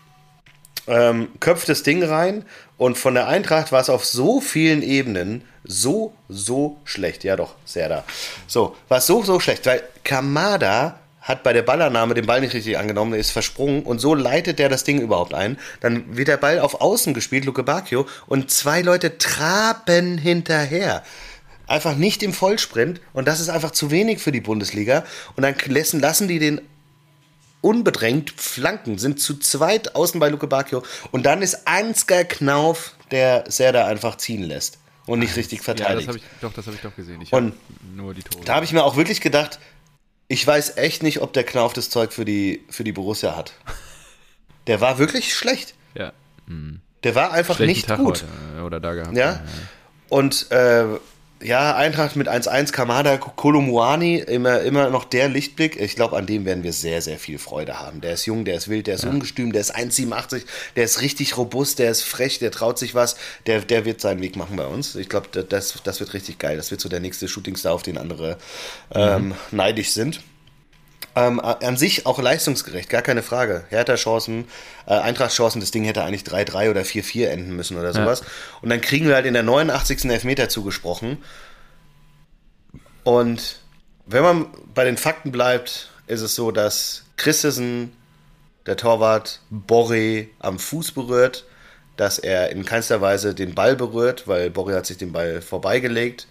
Ähm, köpft das Ding rein und von der Eintracht war es auf so vielen Ebenen so, so schlecht. Ja doch, Serda. So, war es so, so schlecht, weil Kamada hat bei der Ballannahme den Ball nicht richtig angenommen, ist versprungen und so leitet der das Ding überhaupt ein. Dann wird der Ball auf Außen gespielt, Luke Bacchio, und zwei Leute traben hinterher. Einfach nicht im Vollsprint und das ist einfach zu wenig für die Bundesliga. Und dann lassen, lassen die den unbedrängt flanken, sind zu zweit außen bei Luke Bacchio und dann ist Ansgar Knauf, der Serda einfach ziehen lässt und nicht richtig verteidigt. Ja, das hab ich, doch, das habe ich doch gesehen. Ich und nur die Tore. Da habe ich mir auch wirklich gedacht, ich weiß echt nicht, ob der Knauf das Zeug für die, für die Borussia hat. Der war wirklich schlecht. Ja. Mhm. Der war einfach Schlechten nicht Tag gut. Heute, oder da gehabt. Ja. Ja. Und äh, ja, Eintracht mit eins eins, Kamada, Kolomuani, immer, immer noch der Lichtblick. Ich glaube, an dem werden wir sehr, sehr viel Freude haben. Der ist jung, der ist wild, der ist ja. ungestüm, der ist eins Komma siebenundachtzig, der ist richtig robust, der ist frech, der traut sich was. Der, der wird seinen Weg machen bei uns. Ich glaube, das, das wird richtig geil. Das wird so der nächste Shootingstar, auf den andere ähm, mhm. neidisch sind. Ähm, an sich auch leistungsgerecht, gar keine Frage. Hertha-Chancen, äh, Eintracht-Chancen, das Ding hätte eigentlich drei drei oder vier vier enden müssen oder sowas. Ja. Und dann kriegen wir halt in der neunundachtzigsten Elfmeter zugesprochen. Und wenn man bei den Fakten bleibt, ist es so, dass Christensen, der Torwart, Borré am Fuß berührt, dass er in keinster Weise den Ball berührt, weil Borré hat sich den Ball vorbeigelegt.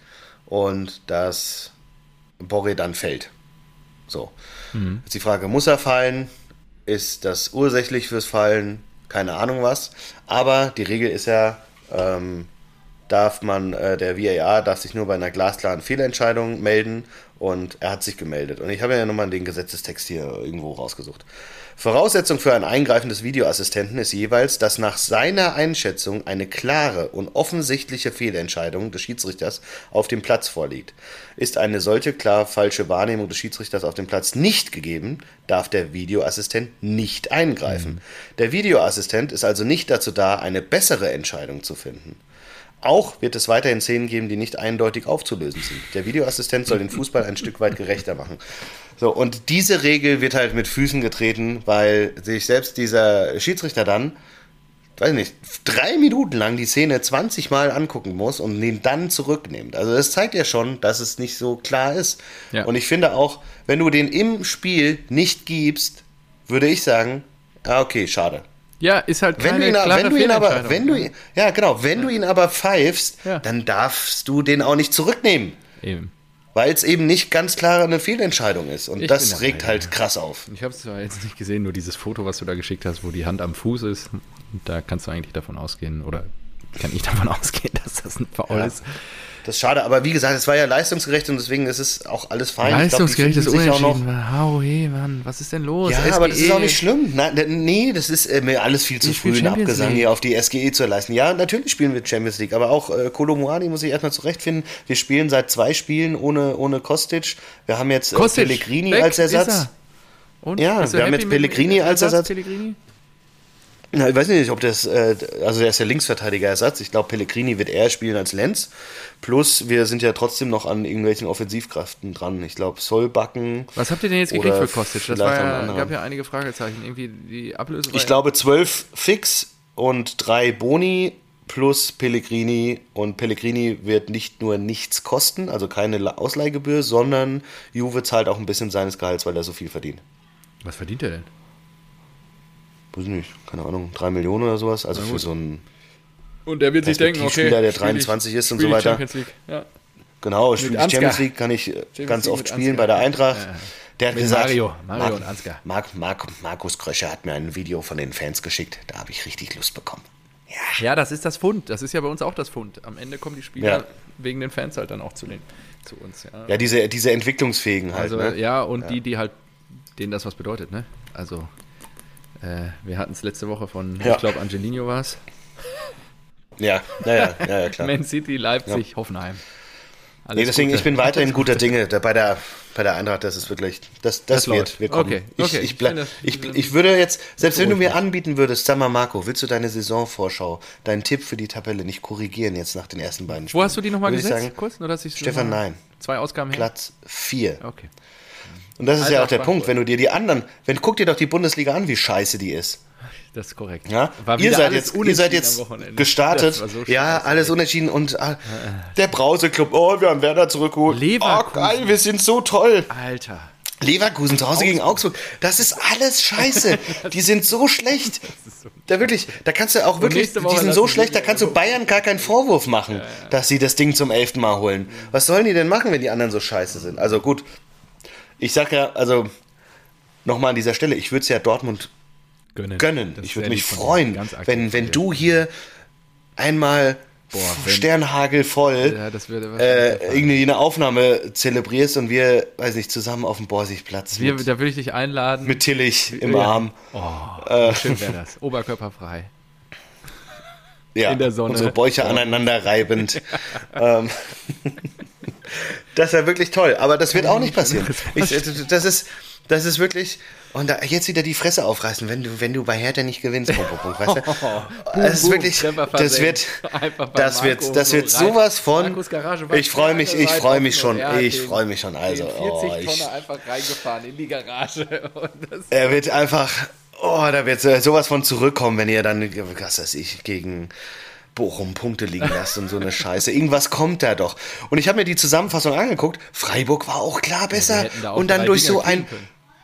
und dass Borre dann fällt. So. Mhm. Jetzt die Frage, muss er fallen? Ist das ursächlich fürs Fallen? Keine Ahnung was. Aber die Regel ist ja, ähm, darf man, äh, der V A R darf sich nur bei einer glasklaren Fehlentscheidung melden und er hat sich gemeldet. Und ich habe ja nochmal den Gesetzestext hier irgendwo rausgesucht. Voraussetzung für ein Eingreifen des Videoassistenten ist jeweils, dass nach seiner Einschätzung eine klare und offensichtliche Fehlentscheidung des Schiedsrichters auf dem Platz vorliegt. Ist eine solche klar falsche Wahrnehmung des Schiedsrichters auf dem Platz nicht gegeben, darf der Videoassistent nicht eingreifen. Mhm. Der Videoassistent ist also nicht dazu da, eine bessere Entscheidung zu finden. Auch wird es weiterhin Szenen geben, die nicht eindeutig aufzulösen sind. Der Videoassistent soll den Fußball ein Stück weit gerechter machen. So, und diese Regel wird halt mit Füßen getreten, weil sich selbst dieser Schiedsrichter dann, weiß nicht, drei Minuten lang die Szene zwanzig Mal angucken muss und den dann zurücknimmt. Also das zeigt ja schon, dass es nicht so klar ist. Ja. Und ich finde auch, wenn du den im Spiel nicht gibst, würde ich sagen, ah, okay, schade. Ja, ist halt keine wenn du ihn, klare wenn du ihn aber, wenn du ihn, ihn, ja genau, wenn ja. du ihn aber pfeifst, ja. dann darfst du den auch nicht zurücknehmen. Eben. Weil es eben nicht ganz klar eine Fehlentscheidung ist. Und ich das regt halt krass auf. Ich habe es zwar jetzt nicht gesehen, nur dieses Foto, was du da geschickt hast, wo die Hand am Fuß ist. Da kannst du eigentlich davon ausgehen, oder kann ich davon ausgehen, dass das ein Foul ja. ist. Das ist schade, aber wie gesagt, es war ja leistungsgerecht und deswegen ist es auch alles fein. Leistungsgerecht ist unentschieden. Hau, hey, Mann, was ist denn los? Ja, S G E. Aber das ist auch nicht schlimm. Na, nee, das ist äh, mir alles viel zu ich früh, einen Abgesang hier auf die S G E zu leisten. Ja, natürlich spielen wir Champions League, aber auch äh, Kolo Muani muss ich erstmal zurechtfinden. Wir spielen seit zwei Spielen ohne, ohne Kostic. Wir haben jetzt äh, Kostic, Pellegrini weg, als Ersatz. Und? Ja, wir haben jetzt Pellegrini als Ersatz. Pellegrini? Na, ich weiß nicht, ob das, äh, also der ist der Linksverteidiger-Ersatz. Ich glaube, Pellegrini wird eher spielen als Lenz. Plus, wir sind ja trotzdem noch an irgendwelchen Offensivkräften dran. Ich glaube, Solbakken. Was habt ihr denn jetzt gekriegt für Kostic? Das war ja, gab ja einige Fragezeichen. Irgendwie die Ablösung. Ich glaube, zwölf fix und drei Boni plus Pellegrini. Und Pellegrini wird nicht nur nichts kosten, also keine Ausleihgebühr, sondern Juve zahlt auch ein bisschen seines Gehalts, weil er so viel verdient. Was verdient er denn? Weiß nicht, keine Ahnung, drei Millionen oder sowas. Also für so einen und der wird sich denken, okay, Spieler, der dreiundzwanzig ist und so weiter. Champions League. Ja. Genau, spiele ich Champions League, kann ich Champions ganz League oft spielen bei der Eintracht. Ja, ja. Der hat mit gesagt, Mario, Mario Marc, und Ansgar. Marc, Marc, Markus Krösche hat mir ein Video von den Fans geschickt. Da habe ich richtig Lust bekommen. Ja. ja, das ist das Pfund. Das ist ja bei uns auch das Pfund. Am Ende kommen die Spieler ja. wegen den Fans halt dann auch zu, den, zu uns. Ja, ja diese, diese Entwicklungsfähigen halt. Also, ne? Ja, und ja. die, die halt, denen das was bedeutet. Ne? Also, äh, wir hatten es letzte Woche von, ja. ich glaube, Angelino war es. Ja, naja, ja, ja, klar. Man City, Leipzig, ja. Hoffenheim. Alles nee, deswegen, Gute. Ich bin weiterhin guter Dinge. Da bei, der, bei der Eintracht, das ist wirklich, das, das, das wird, wird kommen. Okay, okay. Ich, ich, bleib, ich, ich, ich würde jetzt, selbst wenn du mir anbieten würdest, sag mal Marco, willst du deine Saisonvorschau, deinen Tipp für die Tabelle nicht korrigieren jetzt nach den ersten beiden Spielen? Wo hast du die nochmal gesetzt? Sagen, kurz, nur, dass ich Stefan, nein. Zwei Ausgaben her? Platz vier. Okay. Und das ist Alter, ja auch der Punkt, wenn du dir die anderen, wenn guck dir doch die Bundesliga an, wie scheiße die ist. Das ist korrekt. Ja? Ihr seid jetzt, ihr seid jetzt gestartet. So ja, scheiße. Alles unentschieden. Und äh, der Brause-Club, oh, wir haben Werder zurückgeholt. Leverkusen. Oh, geil, wir sind so toll. Alter. Leverkusen zu Hause Augsburg. gegen Augsburg. Das ist alles scheiße. Die sind so schlecht. So da wirklich, da kannst du auch wirklich, die sind so schlecht, da kannst du Bayern gar keinen Vorwurf machen, ja, ja. dass sie das Ding zum elften Mal holen. Was sollen die denn machen, wenn die anderen so scheiße sind? Also gut, ich sag ja, also nochmal an dieser Stelle, ich würde es ja Dortmund gönnen. gönnen. Ich würde mich freuen, wenn, wenn du hier einmal Boah, Sternhagel voll ja, das würde äh, irgendwie eine Aufnahme zelebrierst und wir, weiß nicht, zusammen auf dem Borsigplatz. Wir, mit, da würde ich dich einladen. Mit Tillich im ja. Arm. Oh, äh, schön wäre das. Oberkörperfrei. Ja, in der Sonne. Unsere Bäuche oh. aneinander reibend. ähm, das wäre wirklich toll, aber das wird auch nicht passieren. Ich, das ist, das ist wirklich... Und da jetzt wieder die Fresse aufreißen, wenn du, wenn du bei Hertha nicht gewinnst. Punkt, Punkt, weißt du? Oh, das ist wirklich, das wird, das wird, das wird sowas von. Ich freue mich, ich freue mich schon, ich freue mich schon. Also, oh, ich, einfach reingefahren in die Garage. Und das er wird einfach, oh, da wird sowas von zurückkommen, wenn ihr dann, was weiß ich, gegen Bochum Punkte liegen lasst und so eine Scheiße. Irgendwas kommt da doch. Und ich habe mir die Zusammenfassung angeguckt. Freiburg war auch klar besser. Ja, auch und dann durch so ein. Können.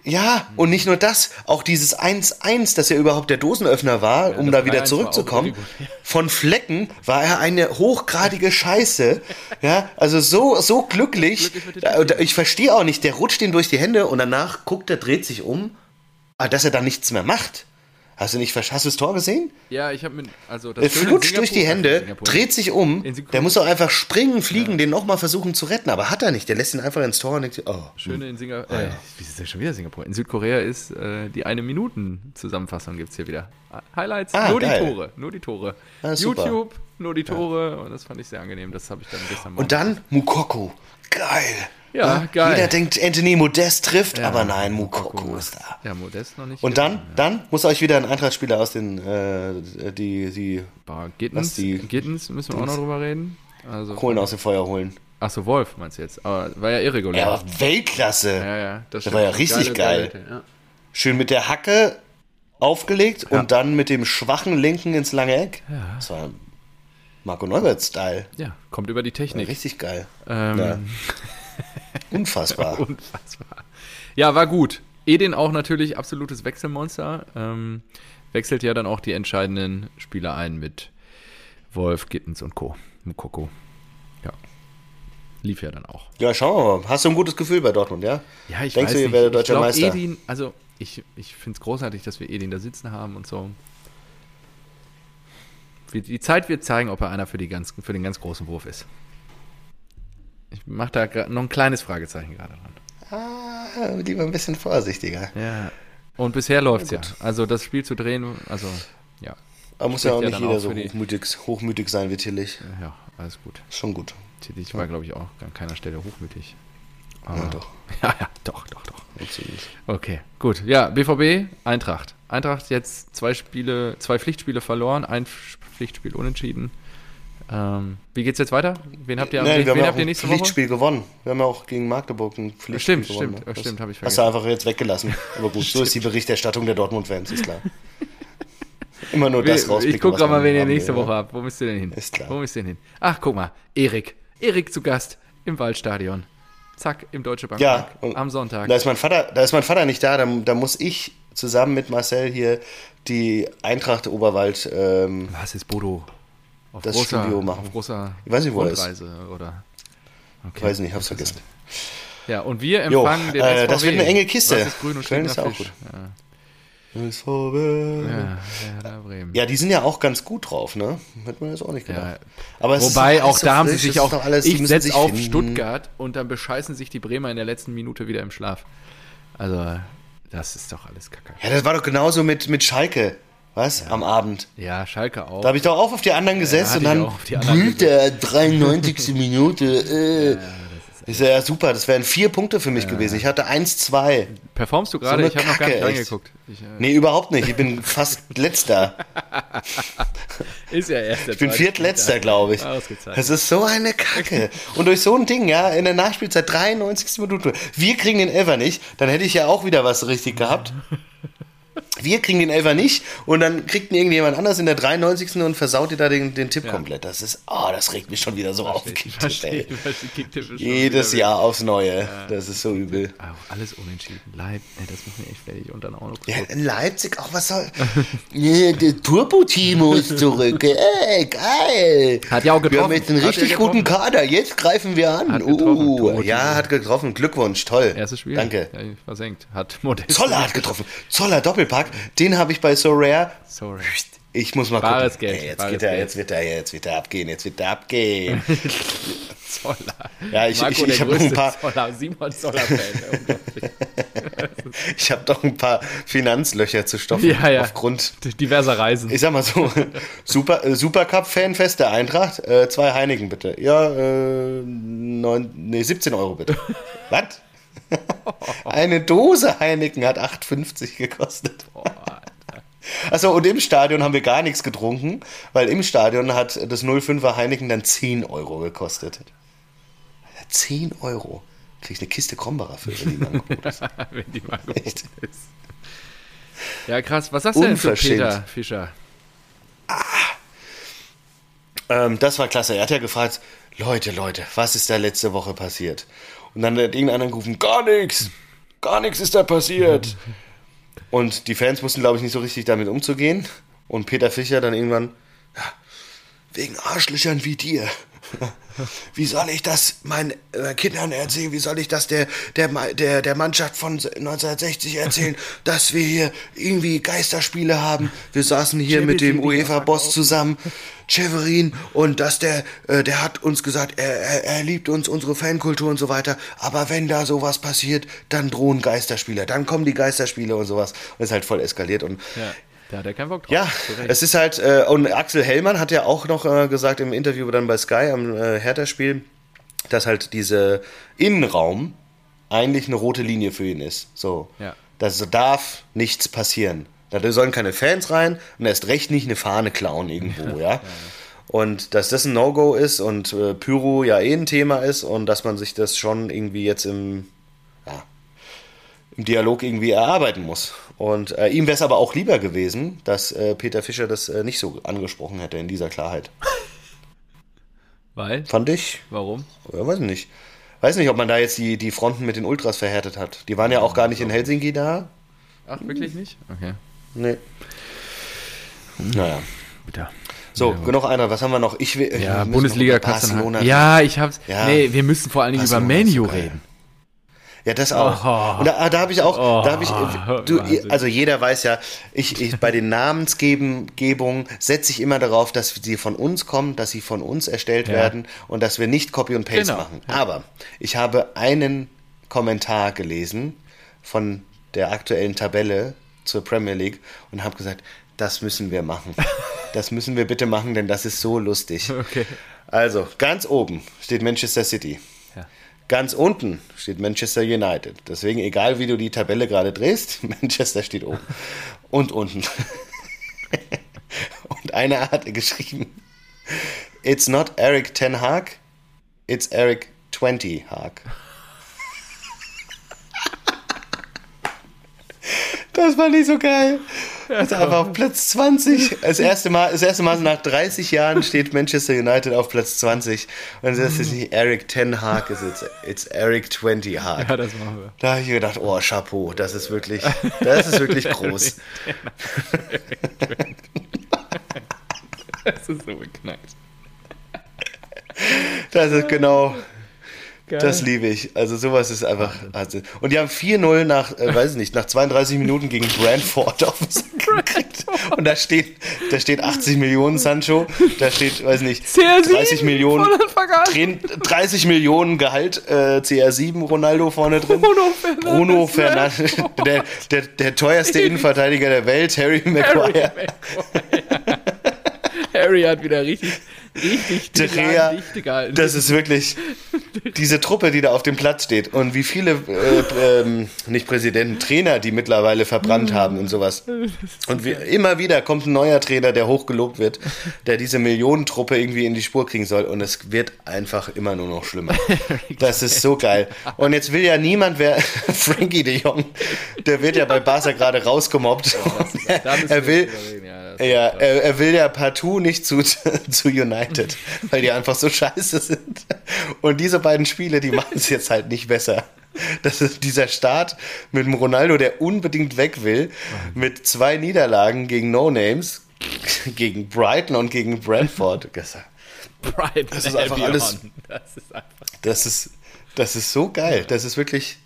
Ja, und nicht nur das, auch dieses eins eins, das ja überhaupt der Dosenöffner war, ja, um da wieder zurückzukommen. Von Flecken war er eine hochgradige Scheiße. Ja, also so, so glücklich. glücklich ich verstehe auch nicht, der rutscht ihm durch die Hände und danach guckt er, dreht sich um, aber dass er dann nichts mehr macht. Hast du nicht, hast du das Tor gesehen? Ja, ich habe mit, also das er flutscht durch die Hände, dreht sich um, der muss doch einfach springen, fliegen, ja. den nochmal versuchen zu retten, aber hat er nicht, der lässt ihn einfach ins Tor und denkt, oh. Schöne in Singapur, äh, wie ist das schon wieder Singapur? In Südkorea ist äh, die eine-Minuten-Zusammenfassung gibt's hier wieder. Highlights, ah, nur geil. die Tore, nur die Tore. Ah, YouTube, nur die Tore ja. und das fand ich sehr angenehm, das habe ich dann gestern Morgen. Und dann Moukoko, geil. Ja, ja, geil. Jeder denkt, Anthony Modest trifft, ja, aber nein, Moukoko ist da. Ja, Modest noch nicht. Und dann, ja. dann muss euch wieder ein Eintracht-Spieler aus den, äh, die, die... Bah, Gittens, die Gittens müssen wir auch noch drüber reden. Also, holen aus dem Feuer holen. Achso, Wolf meinst du jetzt, aber war ja irregulär. Ja, aber Weltklasse. Ja, ja, das, das war ja richtig geil. geil. Ja. Schön mit der Hacke aufgelegt ja. und dann mit dem schwachen Linken ins lange Eck. Ja. Das war Marco Neubert-Style. Ja, kommt über die Technik. War richtig geil. Ähm... Ja. Unfassbar. Unfassbar. Ja, war gut. Edin auch natürlich absolutes Wechselmonster. Ähm, wechselt ja dann auch die entscheidenden Spieler ein mit Wolf, Gittens und Co. Moukoko. Ja. Lief ja dann auch. Ja, schauen wir mal. Hast du ein gutes Gefühl bei Dortmund, ja? Ja, ich Denkst weiß du, ihr nicht. werdet deutscher ich glaub, Meister? Edin, also ich, ich finde es großartig, dass wir Edin da sitzen haben und so. Die Zeit wird zeigen, ob er einer für, die ganz, für den ganz großen Wurf ist. Ich mache da noch ein kleines Fragezeichen gerade dran. Ah, lieber ein bisschen vorsichtiger. Ja. Und bisher läuft es ja. Also das Spiel zu drehen, also ja. Aber muss ja auch nicht ja jeder so hochmütig, hochmütig sein wie Tillich. Ja, alles gut. Schon gut. Tillich war, glaube ich, auch an keiner Stelle hochmütig. Aber ja, doch. Ja, ja, doch, doch, doch. Absolut. Okay, gut. Ja, B V B, Eintracht. Eintracht jetzt zwei Spiele, zwei Pflichtspiele verloren, ein Pflichtspiel unentschieden. Ähm, wie geht's jetzt weiter? Wen habt ihr, nee, wen, wir wen haben habt ihr nächste ein Pflichtspiel Woche? gewonnen. Wir haben ja auch gegen Magdeburg ein Pflichtspiel stimmt, gewonnen. Stimmt, stimmt, habe ich vergessen. Hast du einfach jetzt weggelassen. Aber gut, so ist die Berichterstattung der Dortmund-Fans, ist klar. Immer nur das rauspicken. Ich guck gerade mal, wen ihr nächste Woche habt. Wo müsst ihr denn hin? Ist klar. Wo müsst ihr denn hin? Ach, guck mal, Erik. Erik zu Gast im Waldstadion. Zack, im Deutsche Bank ja, am Sonntag. Da ist mein Vater, da ist mein Vater nicht da, da, da muss ich zusammen mit Marcel hier die Eintracht Oberwald ähm, Was ist Bodo? Auf das großer, Studio machen. Auf großer ich weiß nicht, wo Rundreise, oder? Okay. Ich weiß nicht, ich hab's vergessen. Ja, und wir empfangen jo, den S V W. Das wird eine enge Kiste. Das ist grün und Köln ist auch gut. Ja. S V W. Ja, ja, da Bremen. Ja, die sind ja auch ganz gut drauf, ne? Hätte man jetzt auch nicht gedacht. Ja. Aber Wobei, auch da haben frisch, sie sich auch, alles, ich setze auf finden. Stuttgart und dann bescheißen sich die Bremer in der letzten Minute wieder im Schlaf. Also, das ist doch alles Kacke. Ja, das war doch genauso mit, mit Schalke. Was? Ja. Am Abend. Ja, Schalke auch. Da habe ich doch auch auf die anderen gesetzt ja, und dann blüht der dreiundneunzigste Minute. Äh. Ja, das ist, ist ja super, das wären vier Punkte für mich ja. gewesen. Ich hatte eins, zwei. Performst du gerade? So ich habe noch gar nicht reingeguckt. Ich, äh nee, überhaupt nicht. Ich bin fast letzter. Ist ja erst der Ich bin viertletzter, glaube ich. Das ist so eine Kacke. Und durch so ein Ding, ja, in der Nachspielzeit dreiundneunzigste Minute. Wir kriegen den Elfer nicht, dann hätte ich ja auch wieder was richtig gehabt. Wir kriegen den Elfer nicht und dann kriegt ihn irgendjemand anders in der dreiundneunzigsten und versaut dir da den, den Tipp ja. komplett. Das ist, oh, das regt mich schon wieder so auf. Verstehe, verstehe, Jedes Jahr aufs Neue. Ja. Das ist so übel. Auch alles unentschieden. Leib, ey, das macht mir echt fertig. Und dann auch noch. Ja, in Leipzig auch, was soll. yeah, der Turbo-Timo ist zurück. Ey, geil. Hat ja auch getroffen. Wir haben jetzt einen richtig guten Kader. Jetzt greifen wir an. Hat uh, ja, hat getroffen. Glückwunsch, toll. Erstes Spiel. Danke. Ja, versenkt. Hat Modest. Zoller hat getroffen. Zoller Doppelpack. Den habe ich bei So Rare. So Rare. Ich muss mal Bares gucken. Geld. Hey, jetzt, Bares geht er, Geld. jetzt wird er, jetzt wird er abgehen, jetzt wird er abgehen. Zoller. Ja, ich, Marco, ich, ich habe noch ein paar. Zoller, Simon Zoller-Fan. Ich habe doch ein paar Finanzlöcher zu stopfen. Ja, ja. Aufgrund diverser Reisen. Ich sag mal so: Super, äh, Supercup-Fanfest der Eintracht. Äh, zwei Heineken bitte. Ja, äh, neun, nee, siebzehn Euro bitte. Was? Eine Dose Heineken hat acht fünfzig gekostet. Achso, und im Stadion haben wir gar nichts getrunken, weil im Stadion hat das null Komma fünfer Heineken dann zehn Euro gekostet. zehn Euro. Krieg ich eine Kiste Krombacher für, wenn die mal gut ist. Wenn die mal gut ist. Ja, krass. Was sagst du denn zu Peter Fischer? Ah. Ähm, das war klasse. Er hat ja gefragt, Leute, Leute, was ist da letzte Woche passiert? Und dann hat irgendeiner gerufen, gar nichts. gar nichts ist da passiert. Und die Fans wussten, glaube ich, nicht so richtig damit umzugehen. Und Peter Fischer dann irgendwann, ja, wegen Arschlöchern wie dir. Wie soll ich das meinen äh, Kindern erzählen? Wie soll ich das der, der, der, der Mannschaft von neunzehnhundertsechzig erzählen, dass wir hier irgendwie Geisterspiele haben? Wir saßen hier mit dem UEFA-Boss zusammen, Severin, und dass der, äh, der hat uns gesagt, er, er, er liebt uns, unsere Fankultur und so weiter. Aber wenn da sowas passiert, dann drohen Geisterspiele. Dann kommen die Geisterspiele und sowas. Und es ist halt voll eskaliert. Und ja. Da hat er keinen Bock drauf. Ja, es ist halt, äh, und Axel Hellmann hat ja auch noch äh, gesagt im Interview dann bei Sky am äh, Hertha-Spiel, dass halt dieser Innenraum eigentlich eine rote Linie für ihn ist. So, ja. Da darf nichts passieren. Da sollen keine Fans rein und erst recht nicht eine Fahne klauen irgendwo, ja. ja. Und dass das ein No-Go ist und äh, Pyro ja eh ein Thema ist und dass man sich das schon irgendwie jetzt im, ja, im Dialog irgendwie erarbeiten muss. Und äh, ihm wäre es aber auch lieber gewesen, dass äh, Peter Fischer das äh, nicht so angesprochen hätte in dieser Klarheit. Weil? Fand ich. Warum? Ja, weiß nicht. Weiß nicht, ob man da jetzt die, die Fronten mit den Ultras verhärtet hat. Die waren ja auch gar nicht in Helsinki da. Ach, wirklich nicht? Okay. Nee. Naja. Bitte. So, ja, genug einer. Was haben wir noch? Ich will, ja, Bundesliga Barcelona. Ja, ich hab's. Ja, nee, wir müssen vor allen Dingen über Man U reden. Ja, das auch. Oh. Und da, da habe ich auch, Oh, da habe ich, du, also jeder weiß ja, ich, ich bei den Namensgebungen setze ich immer darauf, dass sie von uns kommen, dass sie von uns erstellt ja. werden und dass wir nicht Copy und Paste genau. machen. Aber ich habe einen Kommentar gelesen von der aktuellen Tabelle zur Premier League und habe gesagt, das müssen wir machen. Das müssen wir bitte machen, denn das ist so lustig. Okay. Also, ganz oben steht Manchester City. Ja. Ganz unten steht Manchester United. Deswegen, egal wie du die Tabelle gerade drehst, Manchester steht oben. Und unten. Und einer hat geschrieben, it's not Eric Ten Hag, it's Eric twenty Hag. Das war nicht so geil. Das ist einfach auf Platz zwanzig. Das erste Mal, das erste Mal nach dreißig Jahren steht Manchester United auf Platz zwanzig. Und das ist nicht Eric Ten Hag, it's, it's Eric twenty Hag. Ja, das machen wir. Da habe ich gedacht, oh, Chapeau, das ist wirklich, das ist wirklich groß. Das ist so beknackt. Das ist genau... Geil. Das liebe ich. Also sowas ist einfach... Also, und die haben vier null nach, äh, weiß ich nicht, nach zweiunddreißig Minuten gegen Brentford auf den Sack gekriegt. Und da steht, da steht achtzig Millionen Sancho, da steht, weiß nicht, dreißig Millionen, dreißig Millionen Gehalt, äh, C R sieben Ronaldo vorne drin. Bruno Fernandes. Bruno Fernandes, der, der, der teuerste Innenverteidiger der Welt, Harry Maguire. Harry, Maguire. Harry hat wieder richtig... Richtig Dreher, das ist wirklich diese Truppe, die da auf dem Platz steht und wie viele, äh, ähm, nicht Präsidenten, Trainer, die mittlerweile verbrannt haben und sowas. Und wie, immer wieder kommt ein neuer Trainer, der hochgelobt wird, der diese Millionentruppe irgendwie in die Spur kriegen soll und es wird einfach immer nur noch schlimmer. Das ist so geil. Und jetzt will ja niemand, wer Frankie de Jong, der wird ja bei Barca gerade rausgemobbt. Ja, das, er, er will... Ja, er, er will ja partout nicht zu, zu United, weil die einfach so scheiße sind. Und diese beiden Spiele, die machen es jetzt halt nicht besser. Das ist dieser Start mit dem Ronaldo, der unbedingt weg will, mit zwei Niederlagen gegen No-Names, gegen Brighton und gegen Brentford. Brighton, das ist einfach alles. Das ist, einfach das ist, das ist so geil. Das ist wirklich...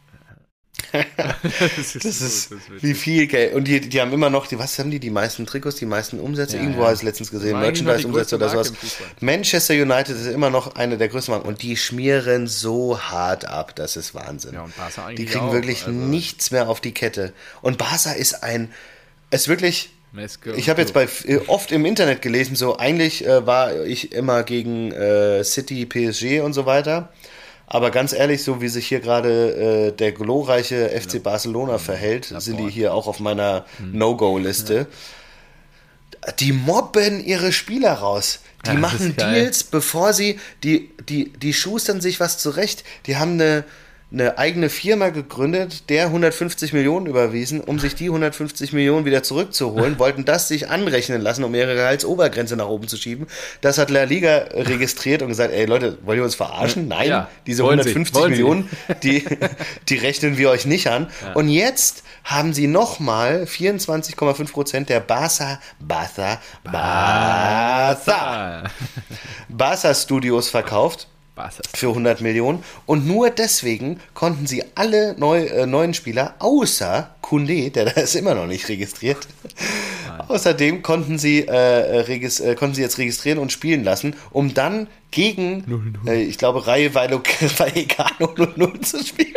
das ist, das ist das wie viel Geld. Und die, die haben immer noch, die, was haben die, die meisten Trikots, die meisten Umsätze? Ja, Irgendwo ja. habe ich es letztens gesehen, Merchandise-Umsätze oder sowas. Manchester United ist immer noch eine der größten Marken und die schmieren so hart ab, das ist Wahnsinn. Ja, und Barca eigentlich die kriegen auch, wirklich also nichts mehr auf die Kette. Und Barca ist ein, ist wirklich... Ich habe jetzt bei oft im Internet gelesen, so eigentlich äh, war ich immer gegen äh, City, P S G und so weiter. Aber ganz ehrlich, so wie sich hier gerade äh, der glorreiche F C Barcelona verhält, ja, sind die hier auch auf meiner hm. No-Go-Liste. Ja. Die mobben ihre Spieler raus. Die ja, machen Deals, bevor sie, die, die, die schustern sich was zurecht. Die haben eine, eine eigene Firma gegründet, der hundertfünfzig Millionen überwiesen, um sich die hundertfünfzig Millionen wieder zurückzuholen, wollten das sich anrechnen lassen, um ihre Gehaltsobergrenze nach oben zu schieben. Das hat La Liga registriert und gesagt, ey Leute, wollt ihr uns verarschen? Nein, ja, diese hundertfünfzig Millionen, die, die rechnen wir euch nicht an. Ja. Und jetzt haben sie nochmal vierundzwanzig Komma fünf Prozent der Barca, Barca, Barca, Barca Studios verkauft. Für hundert Millionen. Und nur deswegen konnten sie alle neu, äh, neuen Spieler, außer Koundé, der da ist immer noch nicht registriert, außerdem konnten sie, äh, regis- äh, konnten sie jetzt registrieren und spielen lassen, um dann gegen, null null. Äh, ich glaube, Rayo Vallecano null null zu spielen.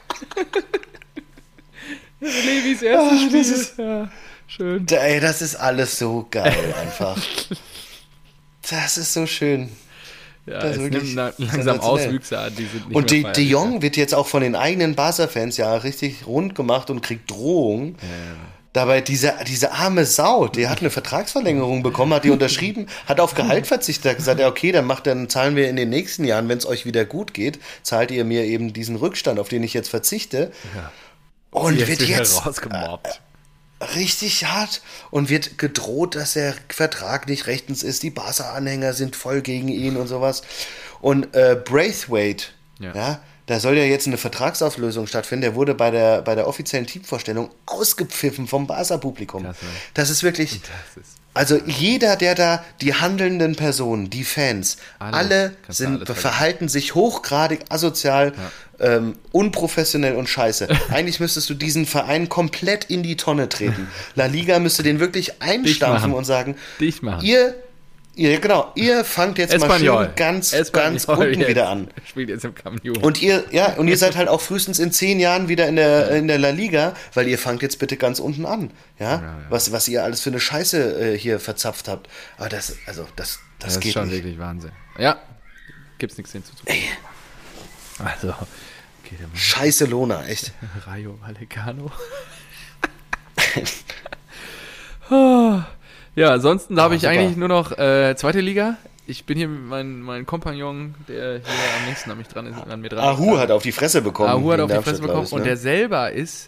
Levis erstes Spiel. Das ist, ja, schön. Ey, das ist alles so geil einfach. Das ist so schön. Ja, das es nimmt langsam Auswüchse an, die sind nicht und mehr Und De Jong wird jetzt auch von den eigenen Barca-Fans ja richtig rund gemacht und kriegt Drohungen. Ja. Dabei diese, diese arme Sau, die hat eine Vertragsverlängerung bekommen, hat die unterschrieben, hat auf Gehalt verzichtet, hat gesagt, ja okay, dann macht, dann zahlen wir in den nächsten Jahren, wenn es euch wieder gut geht, zahlt ihr mir eben diesen Rückstand, auf den ich jetzt verzichte. Ja. Und jetzt wird jetzt rausgemobbt. Richtig hart und wird gedroht, dass der Vertrag nicht rechtens ist. Die Barca-Anhänger sind voll gegen ihn und sowas. Und äh, Braithwaite, ja. ja, da soll ja jetzt eine Vertragsauflösung stattfinden. Der wurde bei der, bei der offiziellen Teamvorstellung ausgepfiffen vom Barca-Publikum. Klasse. Das ist wirklich... Das ist Also jeder, der da, die handelnden Personen, die Fans, alle, alle sind, verhalten sich hochgradig asozial, ja. ähm, unprofessionell und scheiße. Eigentlich müsstest du diesen Verein komplett in die Tonne treten. La Liga müsste den wirklich einstampfen und sagen, Dich machen. ihr, ihr, genau, ihr fangt jetzt Espanyol. mal schön ganz, Espanyol ganz unten jetzt. wieder an. Spielt jetzt im Camp Nou. Und ihr, ja, und ihr seid halt auch frühestens in zehn Jahren wieder in der, in der La Liga, weil ihr fangt jetzt bitte ganz unten an. Ja, ja, ja. Was, was ihr alles für eine Scheiße äh, hier verzapft habt. Aber das, also, das, das, das geht ist schon nicht. Wirklich Wahnsinn. Ja, gibt's nichts hinzuzufügen. Also, okay, Scheiße Lona, echt. Rayo Vallecano. oh. Ja, ansonsten habe oh, ich super. eigentlich nur noch äh, zweite Liga. Ich bin hier mit meinem mein Kompagnon, der hier am nächsten an, mich dran ist, an mir dran Ahu ist. hat auf die Fresse bekommen. Ahu hat auf die Fresse bekommen ich, ne? Und der selber ist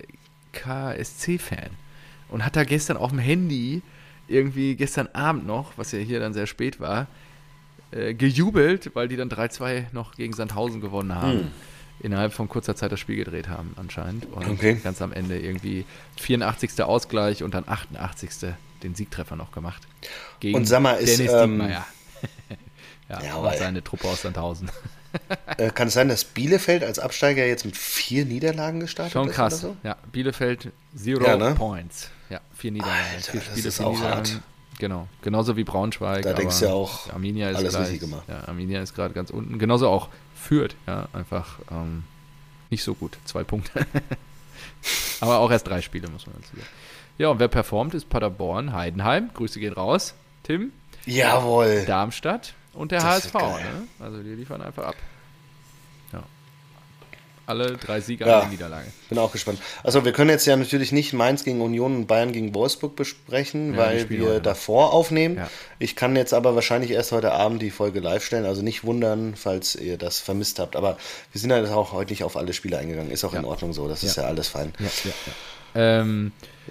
K S C-Fan und hat da gestern auf dem Handy irgendwie gestern Abend noch, was ja hier dann sehr spät war, äh, gejubelt, weil die dann drei zwei noch gegen Sandhausen gewonnen haben. Hm. Innerhalb von kurzer Zeit das Spiel gedreht haben anscheinend. Und okay. ganz am Ende irgendwie vierundachtzigster Ausgleich und dann achtundachtzigster den Siegtreffer noch gemacht. Gegen und sag mal, ist, Dennis ähm, Diekmeyer. ja, ja und seine Truppe aus Sandhausen. äh, kann es sein, dass Bielefeld als Absteiger jetzt mit vier Niederlagen gestartet Schon ist? Schon krass. So? Ja, Bielefeld zero ja, ne? Points. Ja, vier Niederlagen. Alter, vier das Spiele, ist vier auch Niederlagen. hart. Genau, genauso wie Braunschweig. Da denkst du ja auch, Arminia ist alles gleich, richtig gemacht. Ja, Arminia ist gerade ganz unten. Genauso auch Fürth, ja, einfach ähm, nicht so gut. Zwei Punkte. Aber auch erst drei Spiele, muss man dazu sagen. Ja, und wer performt, ist Paderborn, Heidenheim. Grüße gehen raus. Tim. Jawohl. Darmstadt und der Das H S V. wird geil. Ne? Also die liefern einfach ab. Ja. Alle drei Sieger Ja. in der Niederlage. Bin auch gespannt. Also wir können jetzt ja natürlich nicht Mainz gegen Union und Bayern gegen Wolfsburg besprechen, Ja, die weil spielen wir heute noch. davor aufnehmen. Ja. Ich kann jetzt aber wahrscheinlich erst heute Abend die Folge live stellen, also nicht wundern, falls ihr das vermisst habt. Aber wir sind halt auch heute nicht auf alle Spiele eingegangen. Ist auch Ja. in Ordnung so, das ist Ja. ja alles fein. Ja, ja, ja. Ähm,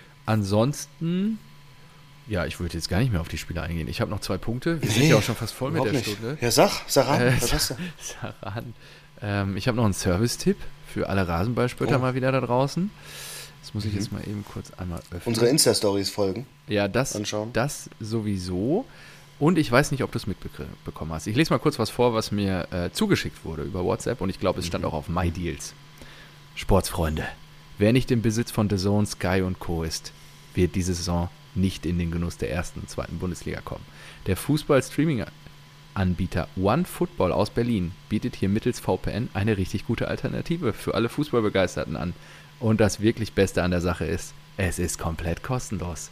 ansonsten, ja, ich würde jetzt gar nicht mehr auf die Spiele eingehen. Ich habe noch zwei Punkte. Wir sind Nee, ja auch schon fast voll mit der Überhaupt nicht. Stunde. Ja, sag, Sarah, Äh, was hast du? Saran. Ähm, ich habe noch einen Service-Tipp für alle Rasenballspötter Oh. mal wieder da draußen. Das muss ich Mhm. jetzt mal eben kurz einmal öffnen. Unsere Insta-Stories folgen. Ja, das, anschauen. das sowieso. Und ich weiß nicht, ob du es mitbekommen hast. Ich lese mal kurz was vor, was mir äh, zugeschickt wurde über WhatsApp. Und ich glaube, es stand auch auf MyDeals. Sportsfreunde, wer nicht im Besitz von D A Z N, Sky und Co. ist, wird diese Saison nicht in den Genuss der ersten und zweiten Bundesliga kommen. Der Fußball-Streaming-Anbieter OneFootball aus Berlin bietet hier mittels V P N eine richtig gute Alternative für alle Fußballbegeisterten an. Und das wirklich Beste an der Sache ist, es ist komplett kostenlos.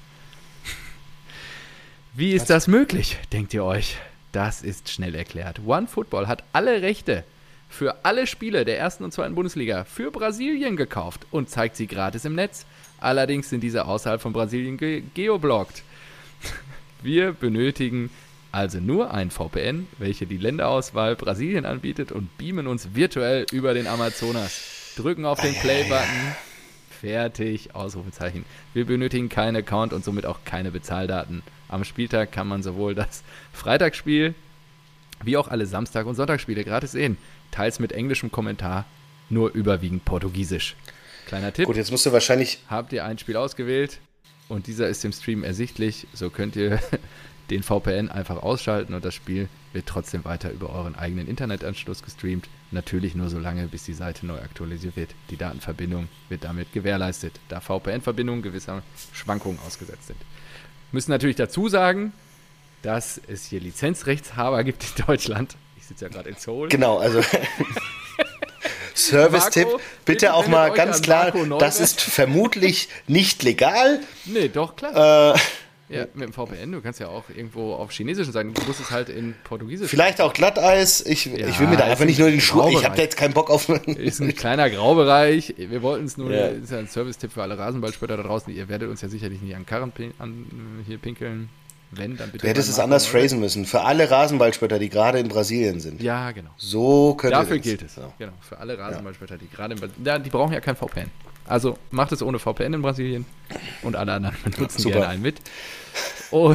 Wie ist das möglich, denkt ihr euch? Das ist schnell erklärt. OneFootball hat alle Rechte für alle Spiele der ersten und zweiten Bundesliga für Brasilien gekauft und zeigt sie gratis im Netz. Allerdings sind diese außerhalb von Brasilien ge- geoblockt. Wir benötigen also nur ein V P N, welche die Länderauswahl Brasilien anbietet und beamen uns virtuell über den Amazonas. Drücken auf den Play-Button. Fertig, Ausrufezeichen. Wir benötigen keinen Account und somit auch keine Bezahldaten. Am Spieltag kann man sowohl das Freitagsspiel wie auch alle Samstag- und Sonntagsspiele gratis sehen. Teils mit englischem Kommentar, nur überwiegend portugiesisch. Kleiner Tipp. Gut, jetzt musst du wahrscheinlich... Habt ihr ein Spiel ausgewählt und dieser ist im Stream ersichtlich, so könnt ihr den V P N einfach ausschalten und das Spiel wird trotzdem weiter über euren eigenen Internetanschluss gestreamt. Natürlich nur so lange, bis die Seite neu aktualisiert wird. Die Datenverbindung wird damit gewährleistet, da V P N-Verbindungen gewisser Schwankungen ausgesetzt sind. Müssen natürlich dazu sagen, dass es hier Lizenzrechtshaber gibt in Deutschland. Ich sitze ja gerade in Seoul. Genau, also Service-Tipp, bitte, bitte auch mal ganz klar, das ist vermutlich nicht legal. Nee, doch, klar. Äh, Ja, mit dem V P N, du kannst ja auch irgendwo auf Chinesischen sein, du musst es halt in Portugiesisch. Vielleicht auch Glatteis, ich, ja, ich will mir da einfach nicht nur den Schuh, ich habe da jetzt keinen Bock auf... Ist ein kleiner Graubereich, wir wollten es nur, ja. ist ja ein Service-Tipp für alle Rasenballspötter da draußen, ihr werdet uns ja sicherlich nicht an Karren pin, an, hier pinkeln, wenn, dann bitte... Du hättest es anders phrasen müssen, für alle Rasenballspötter, die gerade in Brasilien sind. Ja, genau. So könnte Dafür das. gilt es, ja. Genau, für alle Rasenballspötter, die gerade in Brasilien, ja, die brauchen ja kein V P N. Also macht es ohne V P N in Brasilien und alle anderen benutzen Super. gerne einen mit. Und,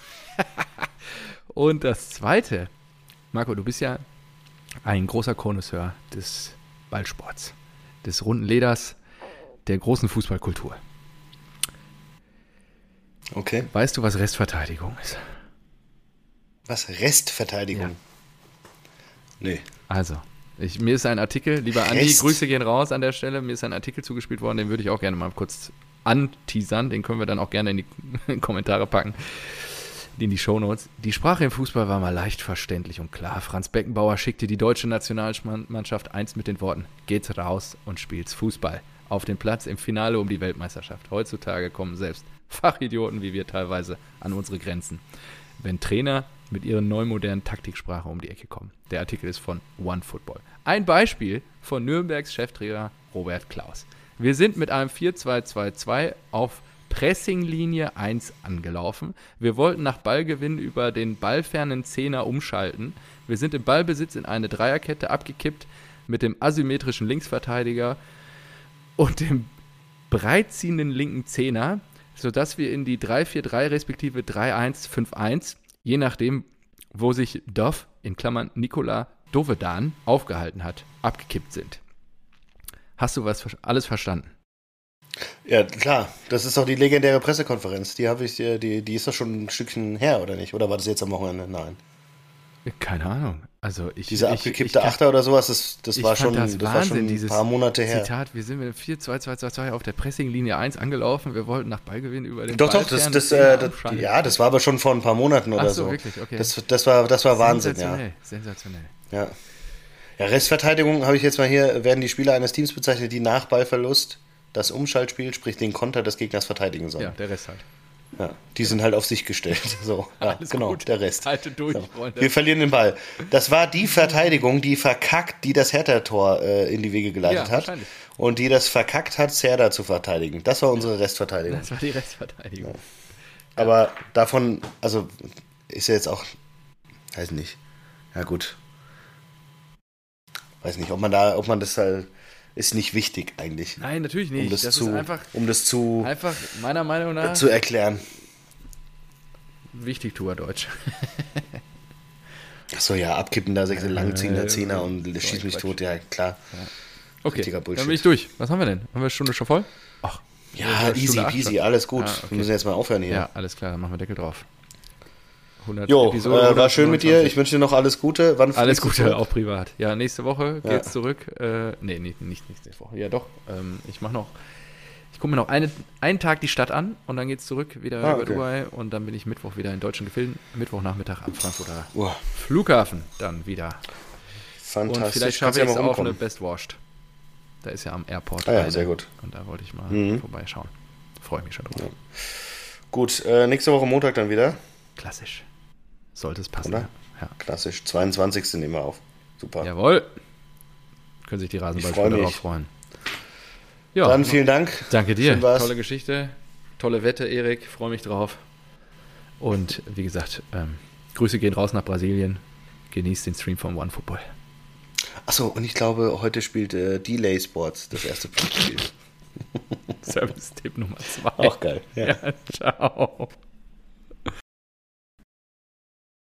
und das Zweite, Marco, du bist ja ein großer Connoisseur des Ballsports, des runden Leders, der großen Fußballkultur. Okay. Weißt du, was Restverteidigung ist? Was? Restverteidigung? Ja. Nee. Also, ich, mir ist ein Artikel, lieber Andi, Rest. Grüße gehen raus an der Stelle, mir ist ein Artikel zugespielt worden, den würde ich auch gerne mal kurz anteasern, den können wir dann auch gerne in die Kommentare packen, in die Shownotes. Die Sprache im Fußball war mal leicht verständlich und klar. Franz Beckenbauer schickte die deutsche Nationalmannschaft einst mit den Worten: Geht's raus und spielt's Fußball auf den Platz im Finale um die Weltmeisterschaft. Heutzutage kommen selbst Fachidioten wie wir teilweise an unsere Grenzen, wenn Trainer mit ihrer neumodernen Taktiksprache um die Ecke kommen. Der Artikel ist von OneFootball. Ein Beispiel von Nürnbergs Cheftrainer Robert Klaus. Wir sind mit einem vier zwei zwei zwei auf Pressinglinie eins angelaufen. Wir wollten nach Ballgewinn über den ballfernen Zehner umschalten. Wir sind im Ballbesitz in eine Dreierkette abgekippt mit dem asymmetrischen Linksverteidiger und dem breitziehenden linken Zehner, sodass wir in die drei vier drei respektive drei eins fünf eins, je nachdem, wo sich Dov, in Klammern Nikola Dovedan, aufgehalten hat, abgekippt sind. Hast du was alles verstanden? Ja, klar. Das ist doch die legendäre Pressekonferenz. Die habe ich, die, die ist doch schon ein Stückchen her, oder nicht? Oder war das jetzt am Wochenende? Nein. Keine Ahnung. Also ich, Diese ich, abgekippte ich, ich, Achter oder sowas, das, das, war, schon, das, das war schon ein paar Monate her. Zitat, wir sind mit dem vier zwei zwei zwei zwei auf der Pressinglinie eins angelaufen. Wir wollten nach Ballgewinn über den Doch, doch, das, das, äh, das, ja, das war aber schon vor ein paar Monaten oder Ach so. so. Wirklich, okay. Das, das war, das war Wahnsinn, sensationell, ja. Sensationell. Ja. Ja, Restverteidigung habe ich jetzt mal hier, werden die Spieler eines Teams bezeichnet, die nach Ballverlust das Umschaltspiel, sprich den Konter des Gegners verteidigen sollen. Ja, der Rest halt. Ja, die sind halt auf sich gestellt. So, ja, Alles genau, gut. der Rest. Halte durch, so. Freunde. Wir verlieren den Ball. Das war die Verteidigung, die verkackt, die das Hertha-Tor äh, in die Wege geleitet Ja, hat. Und die das verkackt hat, Serda zu verteidigen. Das war unsere Restverteidigung. Das war die Restverteidigung. Ja. Aber davon, also ist ja jetzt auch, weiß nicht. Ja gut. Weiß nicht, ob man da, ob man das halt, ist nicht wichtig eigentlich. Nein, natürlich nicht. Um das, das zu, ist einfach, um das zu, einfach meiner Meinung nach zu erklären. Wichtig, Tour-Deutsch. Achso, ja, abkippen da, sechs Langzehner, Äh, Zehner und so schieß mich Quatsch. tot, ja, klar. Ja. Okay, Richtiger dann Bullshit. bin ich durch. Was haben wir denn? Haben wir eine Stunde schon voll? Ach, Ja, wir haben easy Stunde acht peasy, schon. alles gut. Ah, okay. Wir müssen jetzt mal aufhören hier. Ja, alles klar, dann machen wir Deckel drauf. hundert Jo, Episode, äh, war schön mit dir. hundertneunundzwanzig. Ich wünsche dir noch alles Gute. Wann Alles fliegst du Gute, zurück? auch privat. Ja, nächste Woche Ja. geht's zurück. Äh, nee, nicht, nicht nächste Woche. Ja, doch. Ähm, ich mache noch, ich gucke mir noch eine, einen Tag die Stadt an und dann geht's zurück wieder Ah, über okay. Dubai und dann bin ich Mittwoch wieder in deutschen Gefilden. Mittwochnachmittag am Frankfurter Uah, Flughafen dann wieder. fantastisch. Und vielleicht Kannst schaffe ich ja es mal auch eine rumkommen. Best Washed. Da ist ja am Airport. Ah ja, eine. sehr gut. Und da wollte ich mal Mhm. vorbeischauen. Freue mich schon drauf. Ja. Gut, äh, nächste Woche Montag dann wieder. Klassisch. Sollte es passen. Oder? Ja. Klassisch. zweiundzwanzigsten nehmen wir auf. Super. Jawohl. Können sich die Ich freu Rasenballspieler mich. darauf freuen. Ja, Dann vielen Dank. danke dir. Schön war's. Tolle Geschichte. Tolle Wette, Erik. Freue mich drauf. Und wie gesagt, ähm, Grüße gehen raus nach Brasilien. Genießt den Stream von OneFootball. Achso, und ich glaube, heute spielt äh, Delay Sports das erste Spiel. Service-Tipp Nummer zwei. Auch geil. Ja. Ja, ciao.